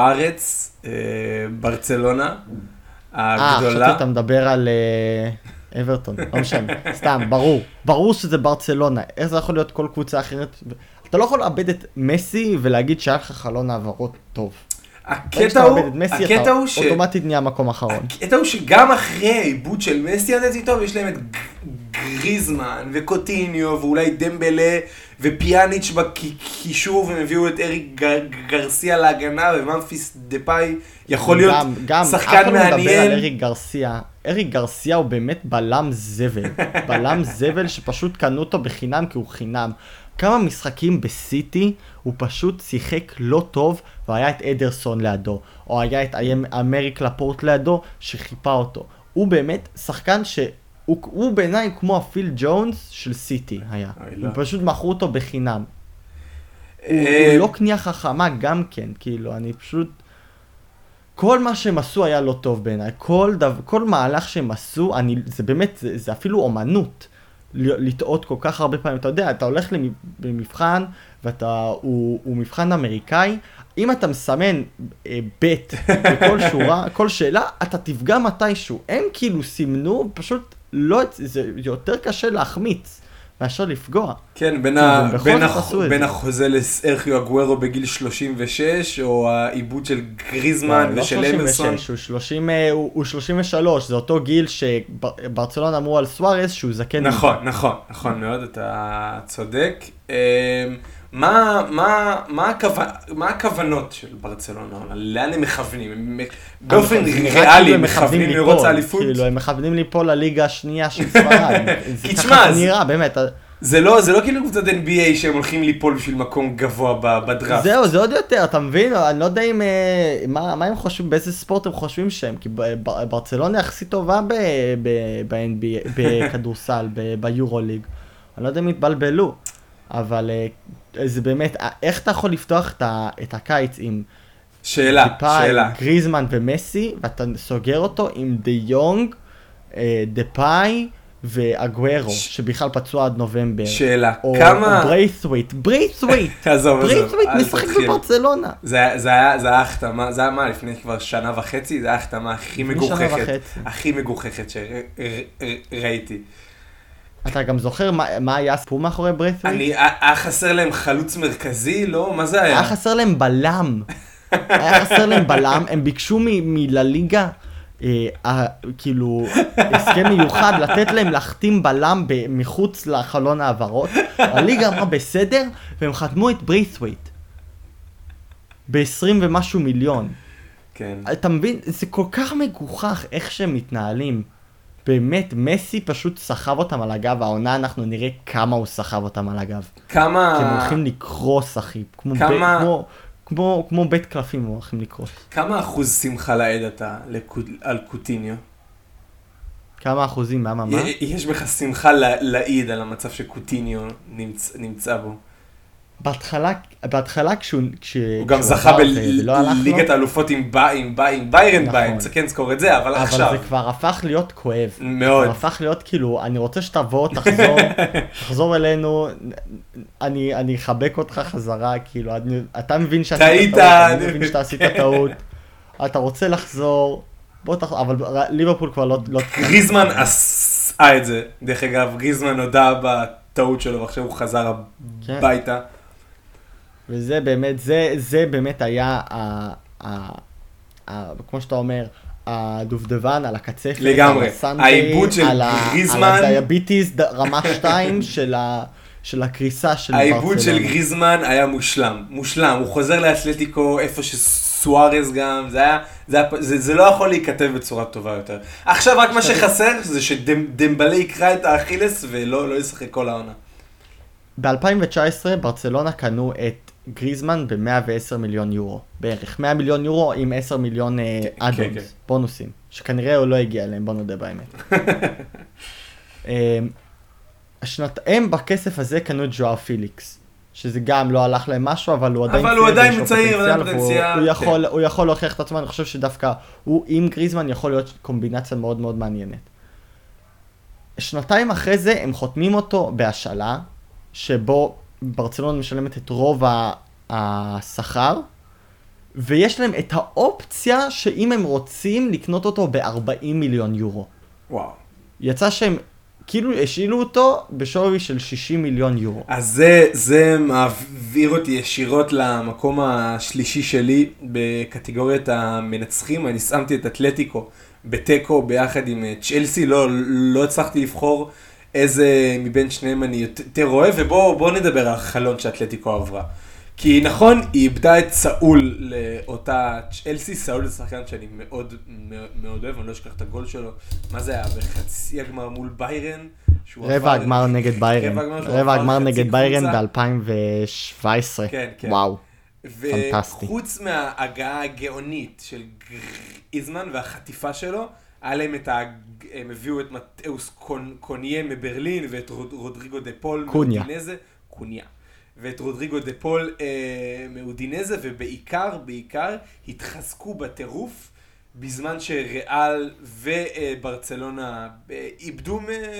בארץ, ברצלונה, הגדולה. אה, חשבתי אתה מדבר על... אברטון, לא משנה, סתם, ברור, ברור שזה ברצלונה, איך זה יכול להיות כל קבוצה אחרת, אתה לא יכול לאבד את מסי ולהגיד שהיה לך חלון העברות טוב. הקטע הוא, מסי, הקטע הוא ש... אוטומטית נהיה מקום אחרון. הקטע הוא שגם אחרי העיבוד של מסי הנזי טוב, יש להם את גריזמן וקוטיניו ואולי דמבלה ופיאניץ' בקישור, והם הביאו את אריק גרסיה להגנה, וממפיס דפאי יכול להיות שחקן מעניין. מדבר על אריק גרסיה. אריק גרסיה הוא באמת בלם זבל. בלם זבל שפשוט קנו אותו בחינם כי הוא חינם. כמה משחקים בסיטי הוא פשוט שיחק לא טוב, והיה את אדרסון לידו, או היה את אמריק לפורט לידו שחיפה אותו. הוא באמת שחקן ש... הוא, הוא בעיניי כמו הפיל ג'ונס של סיטי היה. הם פשוט מכרו אותו בחינם. הוא, הוא לא קנייה חכמה גם כן, כאילו, אני פשוט... כל מה שהם עשו היה לא טוב בעיניי. כל, דו, כל מהלך שהם עשו, אני, זה באמת, זה, זה אפילו אומנות. לטעות כל כך הרבה פעמים. אתה יודע, אתה הולך למבחן, ואתה, הוא, הוא מבחן אמריקאי, אם אתה מסמן אה, בית בכל שורה, כל שאלה, אתה תפגע מתישהו. הם כאילו סימנו, פשוט לא, זה יותר קשה להחמיץ, מאשר לפגוע. כן, בין, ה, בין, הח, בין החוזה לסרחיו אגוארו בגיל שלושים ושש, או העיבוד של גריזמן לא, ושל לא אמרסון. הוא, שלושים, הוא, הוא שלושים ושלוש, זה אותו גיל שברצלונה אמרו על סוארס, שהוא זקן. נכון, מדי. נכון, נכון מאוד, אתה צודק. מה, מה, מה, הכוונ... מה הכוונות של ברצלונה? לאן הם מכוונים? הם... באופן ריאלי הם מכוונים לרוץ האליפות? כאילו, הם מכוונים ליפול לליגה השנייה של ספרד. זה ככה נראה, באמת. זה לא, זה לא כאילו קבוצת אן בי איי שהם הולכים ליפול בשביל מקום גבוה בדראפט. זהו, זה עוד יותר, אתה מבין? אני לא יודע אם, מה, מה הם חושבים, באיזה ספורט הם חושבים שהם, כי ברצלונה יחסית טובה ב-אן בי איי, בכדורסל, ביורוליג. אני לא יודע אם התבלבלו, אבל זה באמת, איך אתה יכול לפתוח את הקיץ עם שאלה, שאלה. גריזמן ומסי, ואתה סוגר אותו עם דה יונג, דפאי, ואגוארו, שבכלל פצוע עד נובמבר. שאלה, או, כמה... או בריית'וויט, בריית'וויט. עזוב, עזוב. בריית'וויט משחק בברצלונה. זה, זה היה, זה היה החתמה, זה היה מה, לפני כבר שנה וחצי, זה היה החתמה הכי מגוחכת, הכי מגוחכת שראיתי. אתה גם זוכר מה, מה היה הסיפור מאחורי בריית'וויט? אני, היה חסר להם חלוץ מרכזי, לא? מה זה היה? היה חסר להם בלם. היה חסר להם בלם, הם ביקשו מלליגה, אה, כאילו, הסכם מיוחד, לתת להם להחתים בלם מחוץ לחלון העברות. הליגה אמרה בסדר, והם חתמו את בריית'וויט. ב-עשרים ומשהו מיליון. כן. אתה מבין? זה כל כך מגוחך איך שהם מתנהלים. באמת, מסי פשוט סחב אותם על הגב, העונה אנחנו נראה כמה הוא סחב אותם על הגב. כמה... כי הם הולכים לקרוס, אחי. כמו, כמה... ב... כמו, כמו, כמו בית קלפים הם הולכים לקרוס. כמה אחוז שמחה לעד אתה לקוד... על קוטיניו? כמה אחוזים? מה, מה, מה? יש בך שמחה לעיד על המצב שקוטיניו נמצ... נמצא בו. בהתחלה, בהתחלה כשהוא... כש... הוא גם זכה בליגת האלופות עם ביירן ביין, זה כן זכור את זה, אבל עכשיו... אבל זה כבר הפך להיות כואב. מאוד. זה הפך להיות כאילו, אני רוצה שתבוא, תחזור, תחזור אלינו, אני, אני אחבק אותך חזרה, כאילו, אני, אתה מבין שעשית טעות, אני מבין שאתה עשית טעות, אתה רוצה לחזור, בוא תחזור, אבל ליברפול כבר לא... גריזמן עשה את זה, דרך אגב, גריזמן הודע בטעות שלו, ועכשיו הוא חזר הביתה. וזה באמת, זה, זה באמת היה, ה, ה, ה, כמו שאתה אומר, הדובדבן על הקצפת, לגמרי, העיבוד של גריזמן, על הדיאביטיס רמה שתיים של, ה, של הקריסה של ברצלונה. העיבוד של גריזמן היה מושלם, מושלם, הוא חוזר לאתלטיקו איפה שסוארז גם, זה, היה, זה, היה, זה, זה לא יכול להיכתב בצורה טובה יותר. עכשיו רק מה שחסר זה שדמבלה יקרא את האכילס ולא לא ישחק כל העונה. ב-אלפיים תשע עשרה ברצלונה קנו את גריזמן ב-מאה ועשרה מיליון יורו, בערך. מאה מיליון יורו עם עשרה מיליון אדונס, בונוסים, שכנראה הוא לא הגיע אליהם, בוא נודה באמת. הם בכסף הזה קנו את ג'ואר פיליקס, שזה גם לא הלך להם משהו, אבל הוא עדיין... אבל הוא עדיין מצעיר, הוא עדיין פוטנציאל. הוא יכול להוכיח את עצמו, אני חושב שדווקא הוא עם גריזמן יכול להיות קומבינציה מאוד מאוד מעניינת. שנתיים אחרי זה הם חותמים אותו בהשאלה, שבו ברצלונה משלמת את רוב השכר, ויש להם את האופציה שאם הם רוצים לקנות אותו ב-ארבעים מיליון יורו. וואו. יצא שהם כאילו השאילו אותו בשווי של שישים מיליון יורו. אז זה, זה מעביר אותי ישירות למקום השלישי שלי בקטגוריית המנצחים. אני שמתי את אתלטיקו בטקו ביחד עם צ'לסי, לא, לא הצלחתי לבחור איזה מבין שניהם אני יותר רואה, ובואו בוא נדבר על החלון שאתלטיקו עברה. כי נכון, היא איבדה את סאול לאותה צ'לסי, סאול זה שחקן שאני מאוד מאוד אוהב, אני לא אשכח את הגול שלו. מה זה היה? בחצי הגמר מול ביירן? רבע הגמר נגד ביירן. רבע הגמר נגד ביירן ב-אלפיים שבע עשרה. כן, כן. וואו, פנטסטי. וחוץ מההגעה הגאונית של גריזמן והחטיפה שלו, היה להם את ה... הם הביאו את מתאוס קוניה מברלין ואת רודריגו דה פול מאודינזה. קוניה. ואת רודריגו דה פול אה, מאודינזה, ובעיקר, בעיקר, התחזקו בטירוף, בזמן שריאל וברצלונה איבדו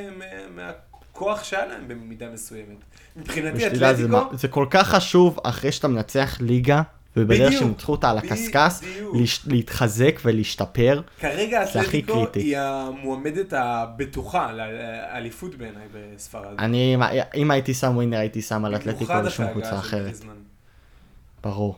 מהכוח שהיה להם במידה מסוימת. מבחינתי אתלטיקו... זה, זה כל כך חשוב אחרי שאתה מנצח ליגה, ובדרך שנצחו אותה על הקסקס, להתחזק ולהשתפר. כרגע אתלטיקו היא המועמדת הבטוחה לאליפות בעיניי בספרד. אני, אם הייתי שם ווינר, הייתי שם על אתלטיקו לשום קבוצה אחרת. ברור.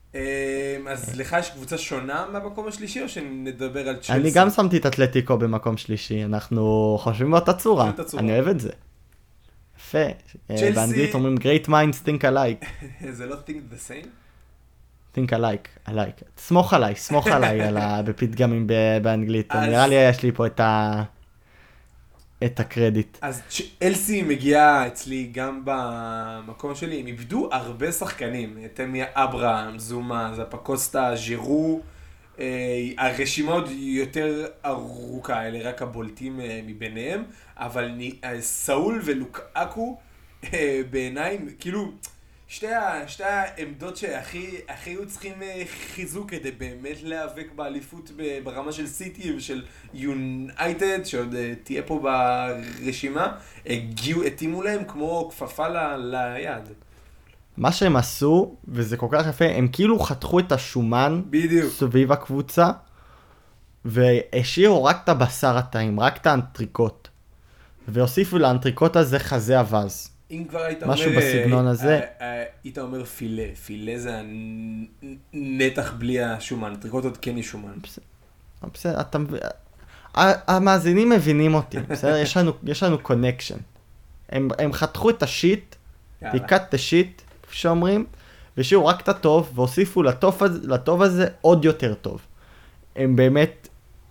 אז לך יש קבוצה שונה מהמקום השלישי, או שנדבר על צ'לסי? אני גם שמתי את אתלטיקו במקום שלישי, אנחנו חושבים באותה צורה, אני אוהב את זה. יפה, באנגלית אומרים great minds think alike. זה לא think the same? think alike, alike. סמוך עליי, סמוך עליי בפתגמים באנגלית. נראה לי יש לי פה את ה... את הקרדיט. אז צ'לסי מגיעה אצלי גם במקום שלי, הם איבדו הרבה שחקנים. תמיה אברהם, זומה, זפקוסטה, ז'ירו. הרשימה עוד יותר ארוכה, אלה רק הבולטים מביניהם. אבל סאול ולוקאקו בעיניי, כאילו... שתי, שתי העמדות שהכי הכי היו צריכים חיזוק כדי באמת להיאבק באליפות ברמה של סיטי ושל יונייטד, שעוד תהיה פה ברשימה, הגיעו, התאימו להם כמו כפפה ל, ליד. מה שהם עשו, וזה כל כך יפה, הם כאילו חתכו את השומן בדיוק. סביב הקבוצה, והשאירו רק את הבשר הטעים, רק את האנטריקוט, והוסיפו לאנטריקוט הזה חזה אבז. אם כבר היית משהו אומר, בסגנון הזה. היית אומר פילה, פילה זה הנתח בלי השומן, טריקות עוד כן יש שומן. בסדר, אתה... המאזינים מבינים אותי, בסדר? יש לנו, יש לנו קונקשן. הם, הם חתכו את השיט, פיקת את השיט, כפי שאומרים, והשאירו רק את הטוב, והוסיפו לטוב, לטוב הזה עוד יותר טוב. הם באמת,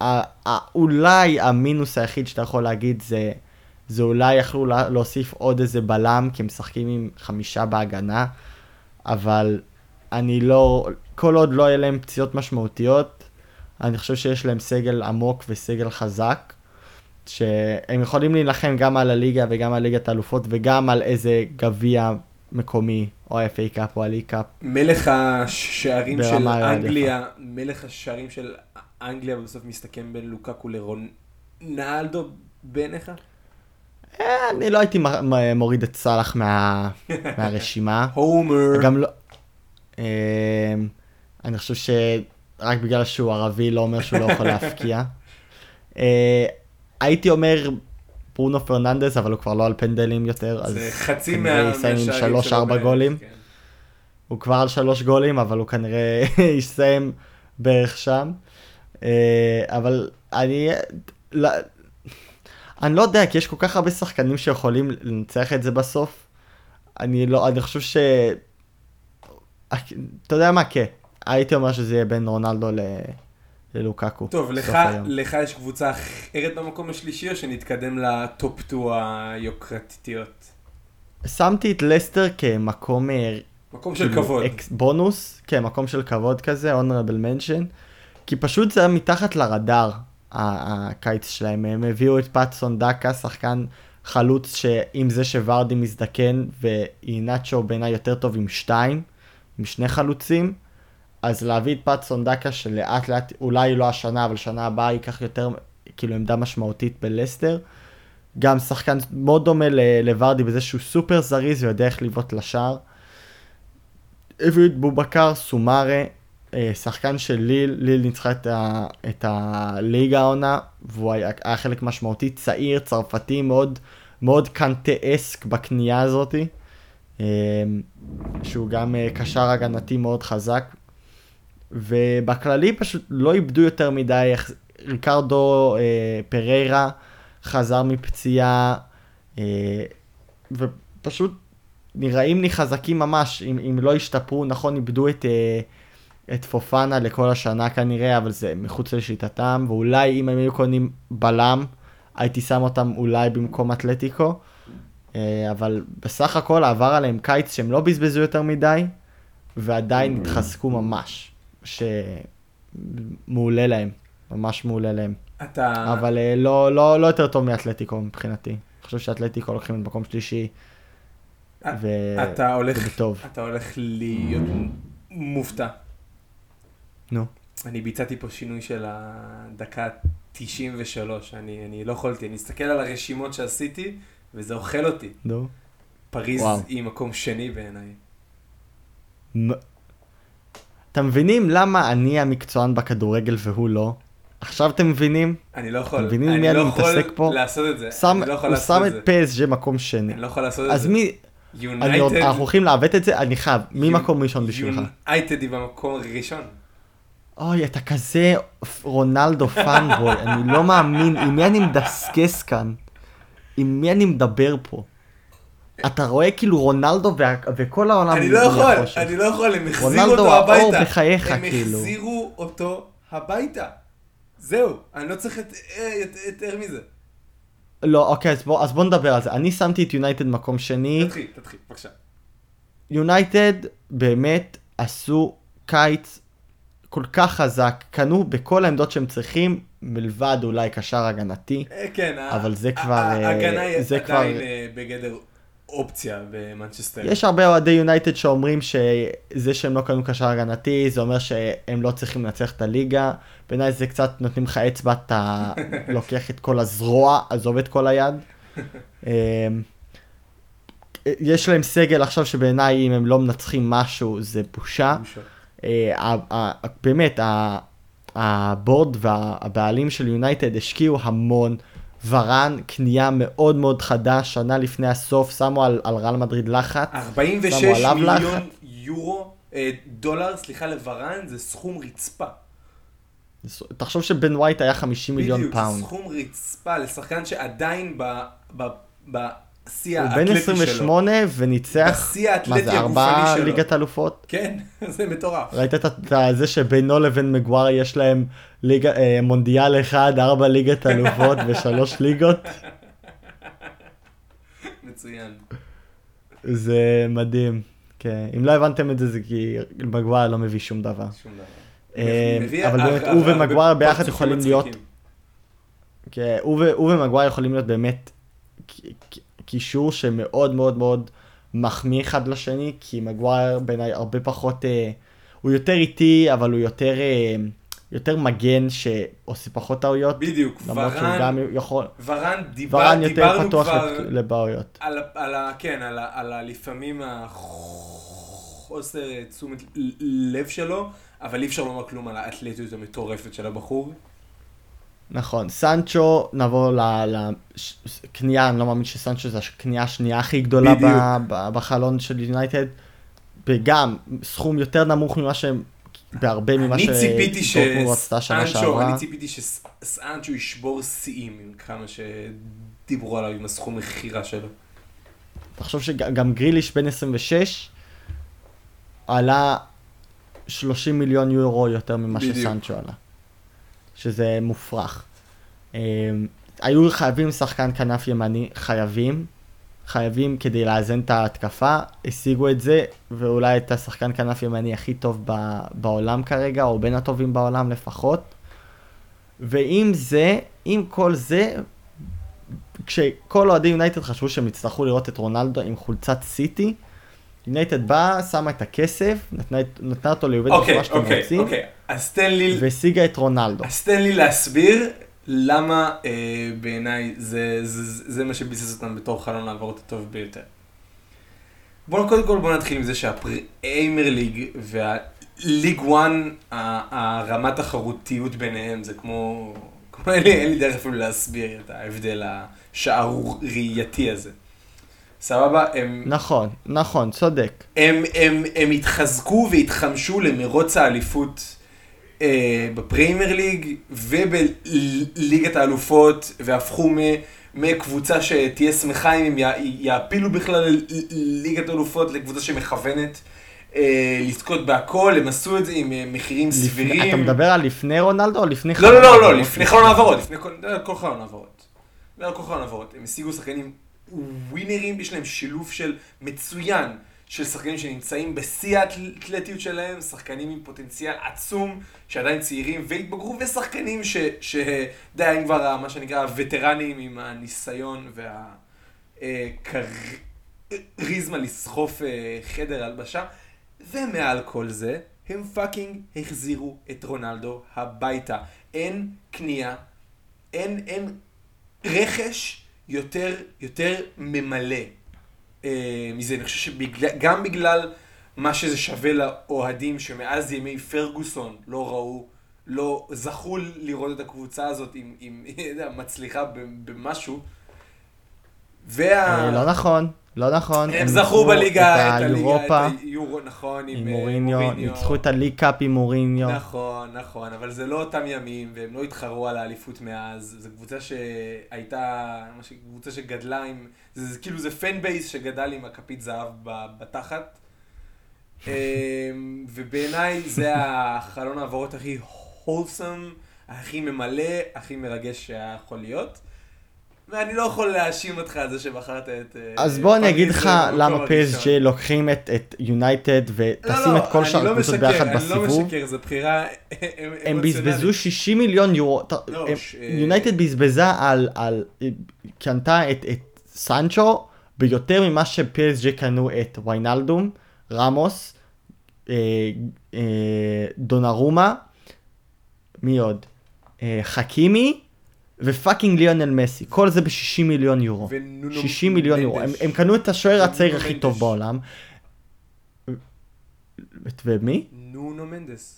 אולי המינוס היחיד שאתה יכול להגיד זה... זה אולי יכלו להוסיף עוד איזה בלם, כי הם משחקים עם חמישה בהגנה, אבל אני לא, כל עוד לא יהיה להם פציעות משמעותיות, אני חושב שיש להם סגל עמוק וסגל חזק, שהם יכולים להילחם גם על הליגה וגם על ליגת האלופות, וגם על איזה גביע מקומי, או ה-אף איי קאפ או ה-ליג קאפ. מלך השערים של אנגליה, מלך השערים של אנגליה, ובסוף מסתכם בין לוקאקו לרונאלדו בעיניך? אני לא הייתי מוריד את סלאח מהרשימה. הומר. גם לא... אני חושב שרק בגלל שהוא ערבי לא אומר שהוא לא יכול להפקיע. הייתי אומר ברונו פרננדס, אבל הוא כבר לא על פנדלים יותר. זה חצי מהשערים שלו. שלוש ארבע גולים. הוא כבר על שלוש גולים, אבל הוא כנראה יסיים בערך שם. אבל אני... אני לא יודע, כי יש כל כך הרבה שחקנים שיכולים לנצח את זה בסוף. אני לא, אני חושב ש... אתה יודע מה, כן. הייתי אומר שזה יהיה בין רונלדו ל... ללוקאקו. טוב, לך, לך יש קבוצה אחרת במקום השלישי, או שנתקדם לטופ שתיים היוקרתיות? שמתי את לסטר כמקום... מקום של כבוד. בונוס, כן, מקום של כבוד כזה, honorable mention. כי פשוט זה מתחת לרדאר. הקיץ שלהם, הם הביאו את פאטסון דקה, שחקן חלוץ שעם זה שוורדי מזדקן, ואינצ'ו בעיניי יותר טוב עם שתיים, עם שני חלוצים, אז להביא את פאטסון דקה שלאט לאט, אולי לא השנה, אבל שנה הבאה ייקח יותר, כאילו עמדה משמעותית בלסטר, גם שחקן מאוד דומה לוורדי בזה שהוא סופר זריז ויודע איך לבעוט לשער. הביאו את בובקר, סומארה, שחקן של ליל, ליל ניצחה את, ה, את הליגה העונה, והוא היה, היה חלק משמעותי, צעיר, צרפתי, מאוד, מאוד קנטה-אסק בקנייה הזאת, שהוא גם קשר הגנתי מאוד חזק, ובכללי פשוט לא איבדו יותר מדי, ריקרדו אה, פריירה חזר מפציעה, אה, ופשוט נראים לי חזקים ממש, אם, אם לא השתפרו, נכון, איבדו את, אה, את פופנה לכל השנה כנראה, אבל זה מחוץ לשיטתם, ואולי אם הם היו קונים בלם, הייתי שם אותם אולי במקום אתלטיקו, אה, אבל בסך הכל עבר עליהם קיץ שהם לא בזבזו יותר מדי, ועדיין התחזקו ממש, שמעולה להם, ממש מעולה להם. אתה... אבל אה, לא, לא, לא יותר טוב מאתלטיקו מבחינתי. אני חושב שאתלטיקו לוקחים את מקום שלישי, ו... אתה הולך, ובטוב. אתה הולך להיות מופתע. נו. אני ביצעתי פה שינוי של הדקה תשעים ושלוש, אני, אני לא יכולתי, אני אסתכל על הרשימות שעשיתי, וזה אוכל אותי. נו. פריז וואו. היא מקום שני בעיניי. מ... אתם מבינים למה אני המקצוען בכדורגל והוא לא? עכשיו אתם מבינים? אני לא יכול, אתם מבינים אני מי לא אני מתעסק יכול פה? לעשות את זה. שם, אני לא יכול הוא לעשות שם את זה. את פי אס ג'י מקום שני. אני לא יכול לעשות את זה. אז מי... אני עוד, יונייטד... אנחנו הולכים לעוות את זה? אני חייב. מי מקום ראשון בשבילך? יונייטד היא במקום ראשון. אוי, אתה כזה רונלדו פאנבוי, אני לא מאמין, עם מי אני מדסקס כאן? עם מי אני מדבר פה? אתה רואה כאילו רונלדו וה... וכל העולם... אני לא יכול, אני לא יכול, הם החזירו רונלדו אותו הביתה. האור בחייך, הם כאילו. החזירו אותו הביתה. זהו, אני לא צריך יותר מזה. לא, אוקיי, אז בוא, אז בוא נדבר על זה. אני שמתי את יונייטד מקום שני. תתחיל, תתחיל, בבקשה. יונייטד באמת עשו קיץ כל כך חזק, קנו בכל העמדות שהם צריכים, מלבד אולי קשר הגנתי. כן, אבל זה כבר... ההגנה היא זה כבר... עדיין בגדר אופציה במנצ'סטר. יש הרבה אוהדי יונייטד שאומרים שזה שהם לא קנו קשר הגנתי, זה אומר שהם לא צריכים לנצח את הליגה. בעיניי זה קצת נותנים לך אצבע, אתה לוקח את כל הזרוע, עזוב את כל היד. יש להם סגל עכשיו שבעיניי אם הם לא מנצחים משהו זה בושה. באמת, הבורד והבעלים של יונייטד השקיעו המון, ורן, קנייה מאוד מאוד חדה, שנה לפני הסוף, שמו על, על ריאל מדריד לחץ. ארבעים ושש מיליון יורו, דולר, סליחה, לוורן, זה סכום רצפה. תחשוב שבן ווייט היה חמישים מיליון פאונד. בדיוק, זה סכום רצפה לשחקן שעדיין ב... ב, ב בשיא האתלטי שלו. הוא בן עשרים ושמונה וניצח, מה זה, ארבעה ליגת אלופות? כן, זה מטורף. ראית את זה שבינו לבין מגואר יש להם ליגה, אה, מונדיאל אחד, ארבע ליגת אלופות ושלוש ליגות? מצוין. זה מדהים. כן. אם לא הבנתם את זה, זה כי מגואר לא מביא שום דבר. שום דבר. אה, אבל באמת, הוא ומגואר ביחד יכולים להיות... כן, הוא ומגואר יכולים להיות באמת... קישור שמאוד מאוד מאוד מחמיא אחד לשני, כי מגואר בעיניי הרבה פחות, אה, הוא יותר איטי, אבל הוא יותר, אה, יותר מגן שעושה פחות טעויות. בדיוק, למרות ורן, שהוא גם יכול... ורן, דיבר, ורן דיברנו יותר פתוח כבר... לבעיות. על, על, על, כן, על, על, על לפעמים החוסר תשומת לב שלו, אבל אי אפשר לומר כלום על האתלטיות המטורפת של הבחור. נכון, סנצ'ו, נעבור לקנייה, אני לא מאמין שסנצ'ו זה הקנייה השנייה הכי גדולה בחלון של יונייטד, וגם סכום יותר נמוך ממה שהם, בהרבה ממה שדורטמונד רצתה שנה שעברה. אני ציפיתי שסנצ'ו ישבור שיאים עם כמה שדיברו עליו עם הסכום מחירה שלו. תחשוב שגם גריליש בן עשרים ושש עלה שלושים מיליון יורו יותר ממה שסנצ'ו עלה. שזה מופרך. היו חייבים שחקן כנף ימני, חייבים, חייבים כדי לאזן את ההתקפה, השיגו את זה, ואולי את השחקן כנף ימני הכי טוב בעולם כרגע, או בין הטובים בעולם לפחות. ועם זה, עם כל זה, כשכל אוהדי יונייטד חשבו שהם יצטרכו לראות את רונלדו עם חולצת סיטי, יונייטד באה, שמה את הכסף, נתנה, נתנה אותו ליובנטוס מה שאתם אוקיי, רוצים, אוקיי. אז תן לי... והשיגה את רונלדו. אז תן לי להסביר למה אה, בעיניי זה, זה, זה מה שביסס אותם בתור חלון העברות הטוב ביותר. בואו קודם כל בואו נתחיל עם זה שהפריימר ליג ליג וואן, הרמת החרותיות ביניהם, זה כמו, כמו אין לי, אין לי דרך אפילו להסביר את ההבדל השערורייתי הזה. סבבה, הם... נכון, נכון, צודק. הם, הם, הם התחזקו והתחמשו למרוץ האליפות אה, בפריימר ליג ובליגת האלופות, והפכו מ... מקבוצה שתהיה שמחה אם הם יעפילו בכלל ליגת האלופות לקבוצה שמכוונת אה, לזכות בהכל. הם עשו את זה עם מחירים לפני, סבירים. אתה מדבר על לפני רונלדו או לפני לא, חלון לא, לא, העברות? לא, לפני חלון העברות, לפני כל, כל חלון העברות. כל חלון העברות. הם השיגו שחקנים ווינרים, יש להם שילוב של מצוין, של שחקנים שנמצאים בשיא האתלטיות שלהם, שחקנים עם פוטנציאל עצום, שעדיין צעירים והתבגרו, ושחקנים שדי, הם כבר מה שנקרא הווטרנים עם הניסיון והכריזמה לסחוף חדר הלבשה, ומעל כל זה, הם פאקינג החזירו את רונלדו הביתה. אין קנייה, אין, אין רכש יותר, יותר ממלא. מזה, אני חושב שגם בגלל מה שזה שווה לאוהדים שמאז ימי פרגוסון לא ראו, לא זכו לראות את הקבוצה הזאת עם, עם מצליחה במשהו. וה... לא נכון, לא נכון. הם זכו בליגה, את האירופה, היורו, נכון, עם מוריניו, ניצחו את הליג קאפ עם מוריניו. נכון, נכון, אבל זה לא אותם ימים, והם לא התחרו על האליפות מאז. זו קבוצה שהייתה, קבוצה שגדלה עם, זה, זה כאילו זה פן בייס שגדל עם הכפית זהב בתחת. ובעיניי זה החלון העברות הכי הולסם, הכי ממלא, הכי מרגש שהיה יכול להיות. ואני לא יכול להאשים אותך על זה שבחרת את... אז בוא אני אגיד לך למה פי אס ג'י לוקחים את יונייטד ותשים את כל שאר הקבוצות ביחד בסיבוב. אני לא משקר, זו בחירה אמוציונלית. הם בזבזו שישים מיליון יורו. יונייטד בזבזה על... קנתה את סנצ'ו ביותר ממה ש-פי אס ג'י קנו את ויינלדום, רמוס, דונרומה, מי עוד? חכימי, ופאקינג ליונל מסי, כל זה ב-שישים מיליון יורו. שישים מיליון יורו. הם, הם קנו את השוער הצעיר הכי טוב בעולם. ומי? נונו מנדס.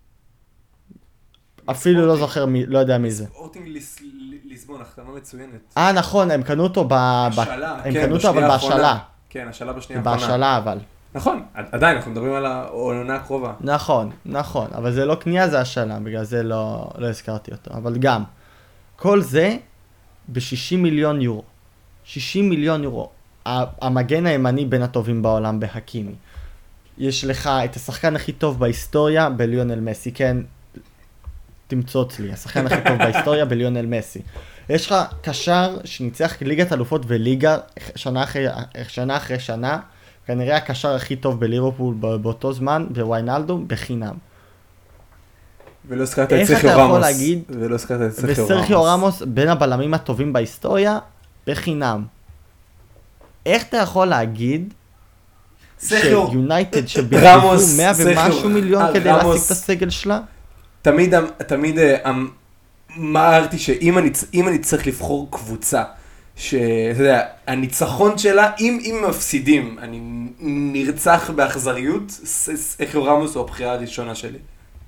אפילו לא זוכר מי, לא יודע מי זה. ספורטינג ליסבון, החתמה מצוינת. אה, נכון, הם קנו אותו ב... השאלה, הם כן, קנו אותו אבל בהשאלה. כן, השאלה בשנייה האחרונה. בהשאלה אבל. נכון, עדיין, אנחנו מדברים על העונה הקרובה. נכון, נכון, אבל זה לא קנייה, זה השאלה, בגלל זה לא, לא הזכרתי אותו. אבל גם, כל זה ב-שישים מיליון יורו. שישים מיליון יורו. המגן הימני בין הטובים בעולם בהקימי. יש לך את השחקן הכי טוב בהיסטוריה בליונל מסי, כן, תמצוץ לי, השחקן הכי טוב בהיסטוריה בליונל מסי. יש לך קשר שניצח ליגת אלופות וליגה שנה אחרי שנה, אחרי שנה, כנראה הקשר הכי טוב בליברפול באותו זמן, בוויינלדום, בחינם. ולא הזכרת את סרחיו רמוס. להגיד, ולא הזכרת את סרחיו רמוס. וסרחיו רמוס בין הבלמים הטובים בהיסטוריה, בחינם. איך אתה יכול להגיד שיונייטד שבזבזו מאה ומשהו מיליון כדי להשיג את הסגל שלה? תמיד, תמיד אמרתי שאם אני, אם אני צריך לבחור קבוצה, שאתה יודע, הניצחון שלה, אם, אם מפסידים, אני נרצח באכזריות, סרחיו רמוס הוא הבחירה הראשונה שלי.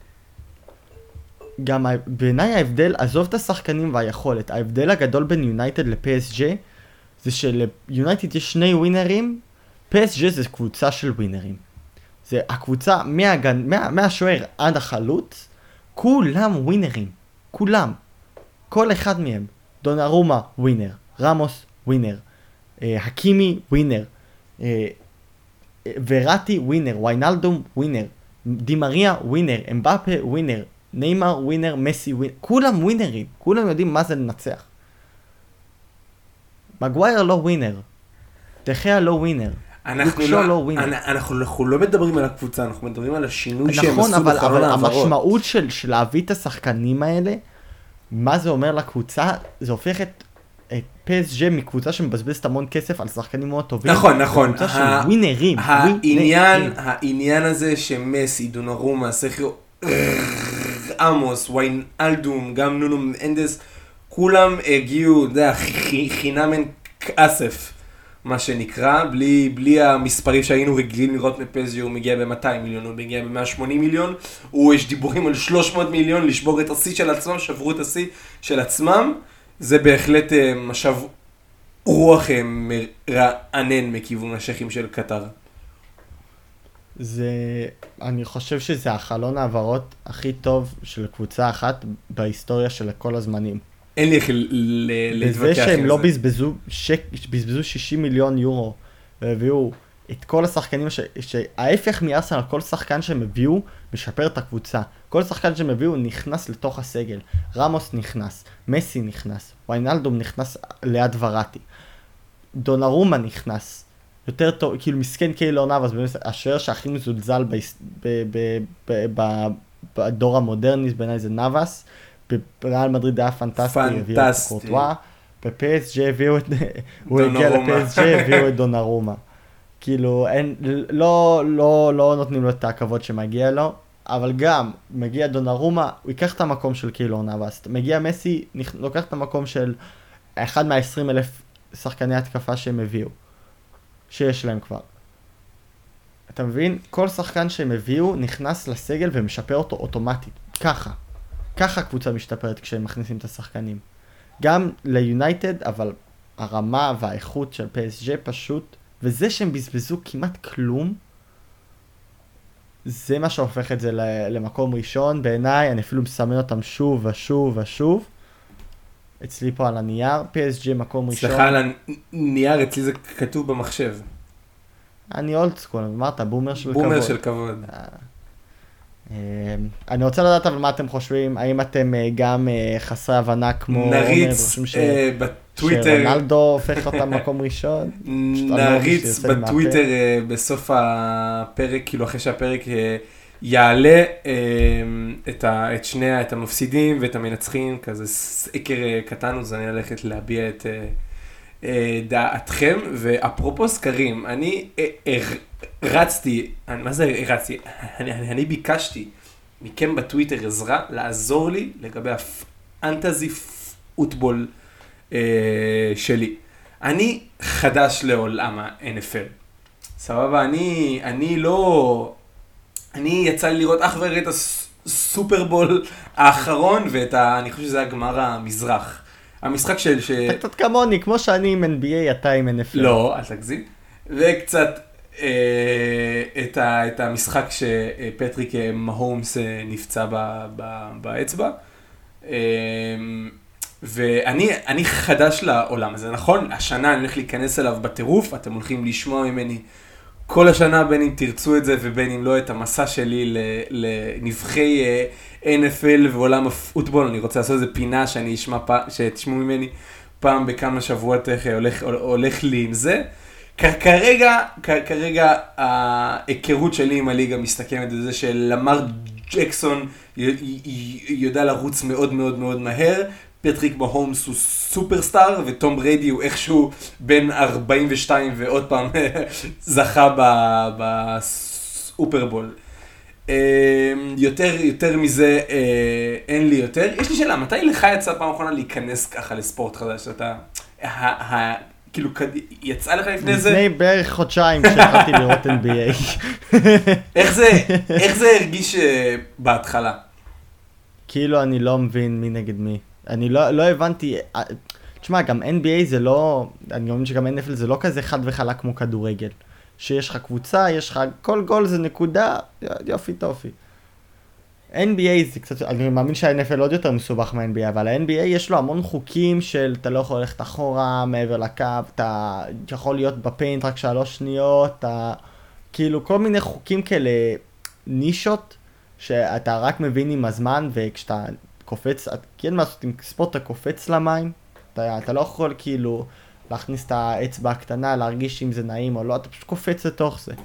גם בעיניי ההבדל, עזוב את השחקנים והיכולת, ההבדל הגדול בין יונייטד ל-פי אס ג'י, זה שליונייטד יש שני ווינרים, פי אס ג'י זה קבוצה של ווינרים. זה הקבוצה מהגן, מה, מהשוער עד החלוץ, כולם ווינרים, כולם. כל אחד מהם. דונרומה ווינר, רמוס ווינר, אה, הקימי ווינר, אה, וראטי ווינר, ויינלדום ווינר, דימריה ווינר, אמבאפה ווינר, ניימר ווינר, מסי ווינר, כולם ווינרים, כולם יודעים מה זה לנצח. מגווייר לא ווינר, דחיה לא ווינר, אנחנו לא, לא ווינר. אנחנו, אנחנו לא מדברים על הקבוצה, אנחנו מדברים על השינוי שהם נכון, עשו בחלון העברות. אבל המשמעות של, של להביא את השחקנים האלה, מה זה אומר לקבוצה? זה הופך את, את פי אס ג'י מקבוצה שמבזבזת המון כסף על שחקנים מאוד טובים. נכון, נכון. קבוצה של ווינרים. העניין, העניין הזה שמסי, דונרומה, סרחיו רמוס, ויינלדום, גם נונו מנדס, כולם הגיעו, אתה יודע, חינם אין כסף. מה שנקרא, בלי, בלי המספרים שהיינו רגילים לראות מפי אס ג'י, הוא מגיע ב-מאתיים מיליון, הוא מגיע ב-מאה ושמונים מיליון, הוא יש דיבורים על שלוש מאות מיליון, לשבור את השיא של עצמם, שברו את השיא של עצמם, זה בהחלט משב רוח מרענן מכיוון השכים של קטר. זה, אני חושב שזה החלון העברות הכי טוב של קבוצה אחת בהיסטוריה של כל הזמנים. אין לי איך להתווכח עם זה. בזה שהם לא בזבזו, שק, בזבזו שישים מיליון יורו, והביאו את כל השחקנים, ש, שההפך מארסנל, כל שחקן שהם הביאו, משפר את הקבוצה. כל שחקן שהם הביאו נכנס לתוך הסגל. רמוס נכנס, מסי נכנס, ויינלדום נכנס ליד וראטי. דונרומה נכנס. יותר טוב, כאילו מסכן קיילור נאבאס, השוער שהכי מזולזל בדור המודרני, בעיניי זה נאבאס, בריאל מדריד היה פנטסטי, הביאו את קורטואה, בפי אס ג'י הביאו את, הוא הגיע לפי אס ג'י, הביאו את דונרומה. כאילו, אין, לא, לא, לא נותנים לו את הכבוד שמגיע לו, אבל גם, מגיע דונרומה, הוא ייקח את המקום של קיילור נאבאס, מגיע מסי, לוקח את המקום של אחד מה-עשרים אלף שחקני התקפה שהם הביאו. שיש להם כבר. אתה מבין? כל שחקן שהם הביאו נכנס לסגל ומשפר אותו אוטומטית. ככה. ככה הקבוצה משתפרת כשהם מכניסים את השחקנים. גם ליונייטד, אבל הרמה והאיכות של פי אס ג'י פשוט, וזה שהם בזבזו כמעט כלום, זה מה שהופך את זה למקום ראשון. בעיניי, אני אפילו מסמן אותם שוב ושוב ושוב. אצלי פה על הנייר, פי אס ג'י מקום ראשון. סליחה על הנייר, אצלי זה כתוב במחשב. אני אולד סקול, אמרת, בומר של כבוד. בומר של כבוד. אני רוצה לדעת אבל מה אתם חושבים, האם אתם גם חסרי הבנה כמו... נריץ בטוויטר... שרונלדו הופך אותם מקום ראשון? נריץ בטוויטר בסוף הפרק, כאילו אחרי שהפרק... יעלה את, ה, את שני, את המפסידים ואת המנצחים, כזה סקר קטן, אז אני הולכת להביע את דעתכם. ואפרופו סקרים, אני רצתי, מה זה רצתי? אני, אני, אני ביקשתי מכם בטוויטר עזרה לעזור לי לגבי הפנטזי פוטבול שלי. אני חדש לעולם ה-אן אף אל. סבבה, אני, אני לא... אני יצא לי לראות אך וראה את הסופרבול האחרון, ואת ה... אני חושב שזה היה גמר המזרח. המשחק של... ש... אתה קצת כמוני, כמו שאני עם אן בי איי, אתה עם אן אף אל. לא, אל תגזים. וקצת אה, את, ה... את המשחק שפטריק מהומס נפצע ב... ב... באצבע. אה, ואני אני חדש לעולם הזה, נכון? השנה אני הולך להיכנס אליו בטירוף, אתם הולכים לשמוע ממני כל השנה, בין אם תרצו את זה ובין אם לא, את המסע שלי לנבחי אן אף אל ועולם הפוטבול. אני רוצה לעשות איזה פינה שאני אשמע, שתשמעו ממני פעם בכמה שבועות איך הולך, הולך לי עם זה. כרגע, כרגע ההיכרות שלי עם הליגה מסתכמת בזה שלמר ג'קסון יודע לרוץ מאוד מאוד מאוד מהר, פטריק מהומס הוא סופרסטאר, וטום בריידי הוא איכשהו בין ארבעים ושתיים ועוד פעם זכה בסופרבול. יותר, יותר מזה אין לי יותר. יש לי שאלה, מתי לך יצא פעם אחרונה להיכנס ככה לספורט חדש? אתה, כאילו, יצא לך לפני זה? לפני בערך חודשיים כשהתחלתי לראות אן בי איי. איך זה, איך זה הרגיש בהתחלה? כאילו אני לא מבין מי נגד מי. אני לא, לא הבנתי, תשמע, גם אן בי איי זה לא, אני אומר שגם אן אף אל זה לא כזה חד וחלק כמו כדורגל. שיש לך קבוצה, יש לך, כל גול זה נקודה, יופי טופי. אן בי איי זה קצת, אני מאמין שה-אן אף אל עוד יותר מסובך מה-אן בי איי, אבל ה-אן בי איי יש לו המון חוקים של אתה לא יכול ללכת אחורה, מעבר לקו, אתה יכול להיות בפיינט רק שלוש שניות, אתה, כאילו כל מיני חוקים כאלה נישות, שאתה רק מבין עם הזמן, וכשאתה קופץ, כי אין מה לעשות, עם ספורט אתה קופץ למים, אתה, אתה לא יכול כאילו להכניס את האצבע הקטנה, להרגיש אם זה נעים או לא, אתה פשוט קופץ לתוך זה.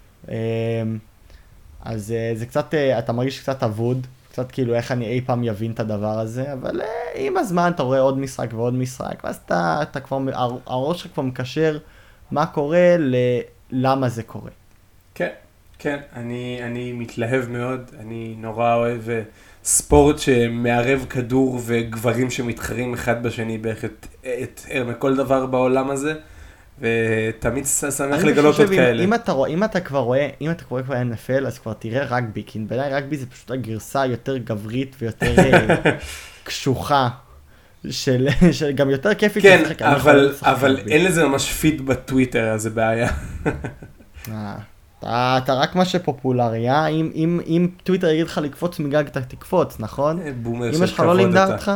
אז זה קצת, אתה מרגיש קצת אבוד, קצת כאילו איך אני אי פעם יבין את הדבר הזה, אבל עם הזמן אתה רואה עוד משחק ועוד משחק, ואז אתה, אתה כבר, הראש שלך כבר מקשר מה קורה ללמה זה קורה. כן. כן, אני, אני מתלהב מאוד, אני נורא אוהב ספורט שמערב כדור וגברים שמתחרים אחד בשני בערך את, את, את מכל דבר בעולם הזה. ותמיד שמח אני לגלות חושב, עוד אם- כאלה. אם אתה רואה, אם אתה כבר רואה, אם אתה קורא כבר אן אף אל, אז כבר תראה רגבי, כי בעיניי רגבי זה פשוט הגרסה יותר גברית ויותר אה, קשוחה, של, של גם יותר כיפית כן, לשחק, אני יכול אבל, לשחק אבל רגבי. אין לזה ממש פיד בטוויטר, אז זה בעיה. אה, אתה, אתה רק מה שפופולרי, אה? אם, אם, אם טוויטר יגיד לך לקפוץ מגג, אתה תקפוץ, נכון? בומר של אמא שלך לא כבוד לימדה אתה. אותך?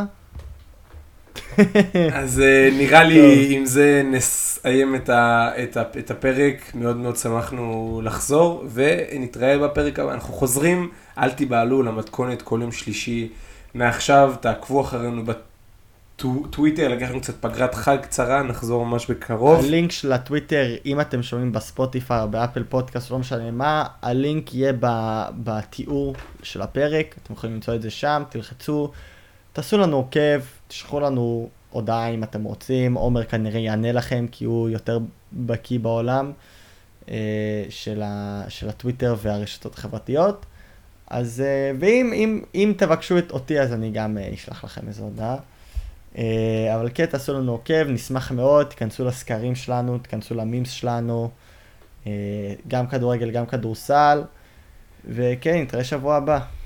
אז אה, נראה לי עם זה נסיים את, ה, את, ה, את הפרק, מאוד מאוד שמחנו לחזור, ונתראה בפרק הבא. אנחנו חוזרים, אל תיבעלו למתכונת כל יום שלישי. מעכשיו תעקבו אחרינו בטוויטר, לקחנו קצת פגרת חג קצרה, נחזור ממש בקרוב. הלינק של הטוויטר, אם אתם שומעים בספוטיפיי או באפל פודקאסט, לא משנה מה, הלינק יהיה ב- בתיאור של הפרק, אתם יכולים למצוא את זה שם, תלחצו, תעשו לנו עוקב, תשלחו לנו הודעה אם אתם רוצים, עומר כנראה יענה לכם, כי הוא יותר בקיא בעולם אה, של, ה- של הטוויטר והרשתות החברתיות. אז, אה, ואם אם, אם תבקשו את אותי, אז אני גם אה, אשלח לכם איזו הודעה. אה, אבל כן, תעשו לנו עוקב, נשמח מאוד, תכנסו לסקרים שלנו, תכנסו למימס שלנו, אה, גם כדורגל, גם כדורסל, וכן, נתראה שבוע הבא.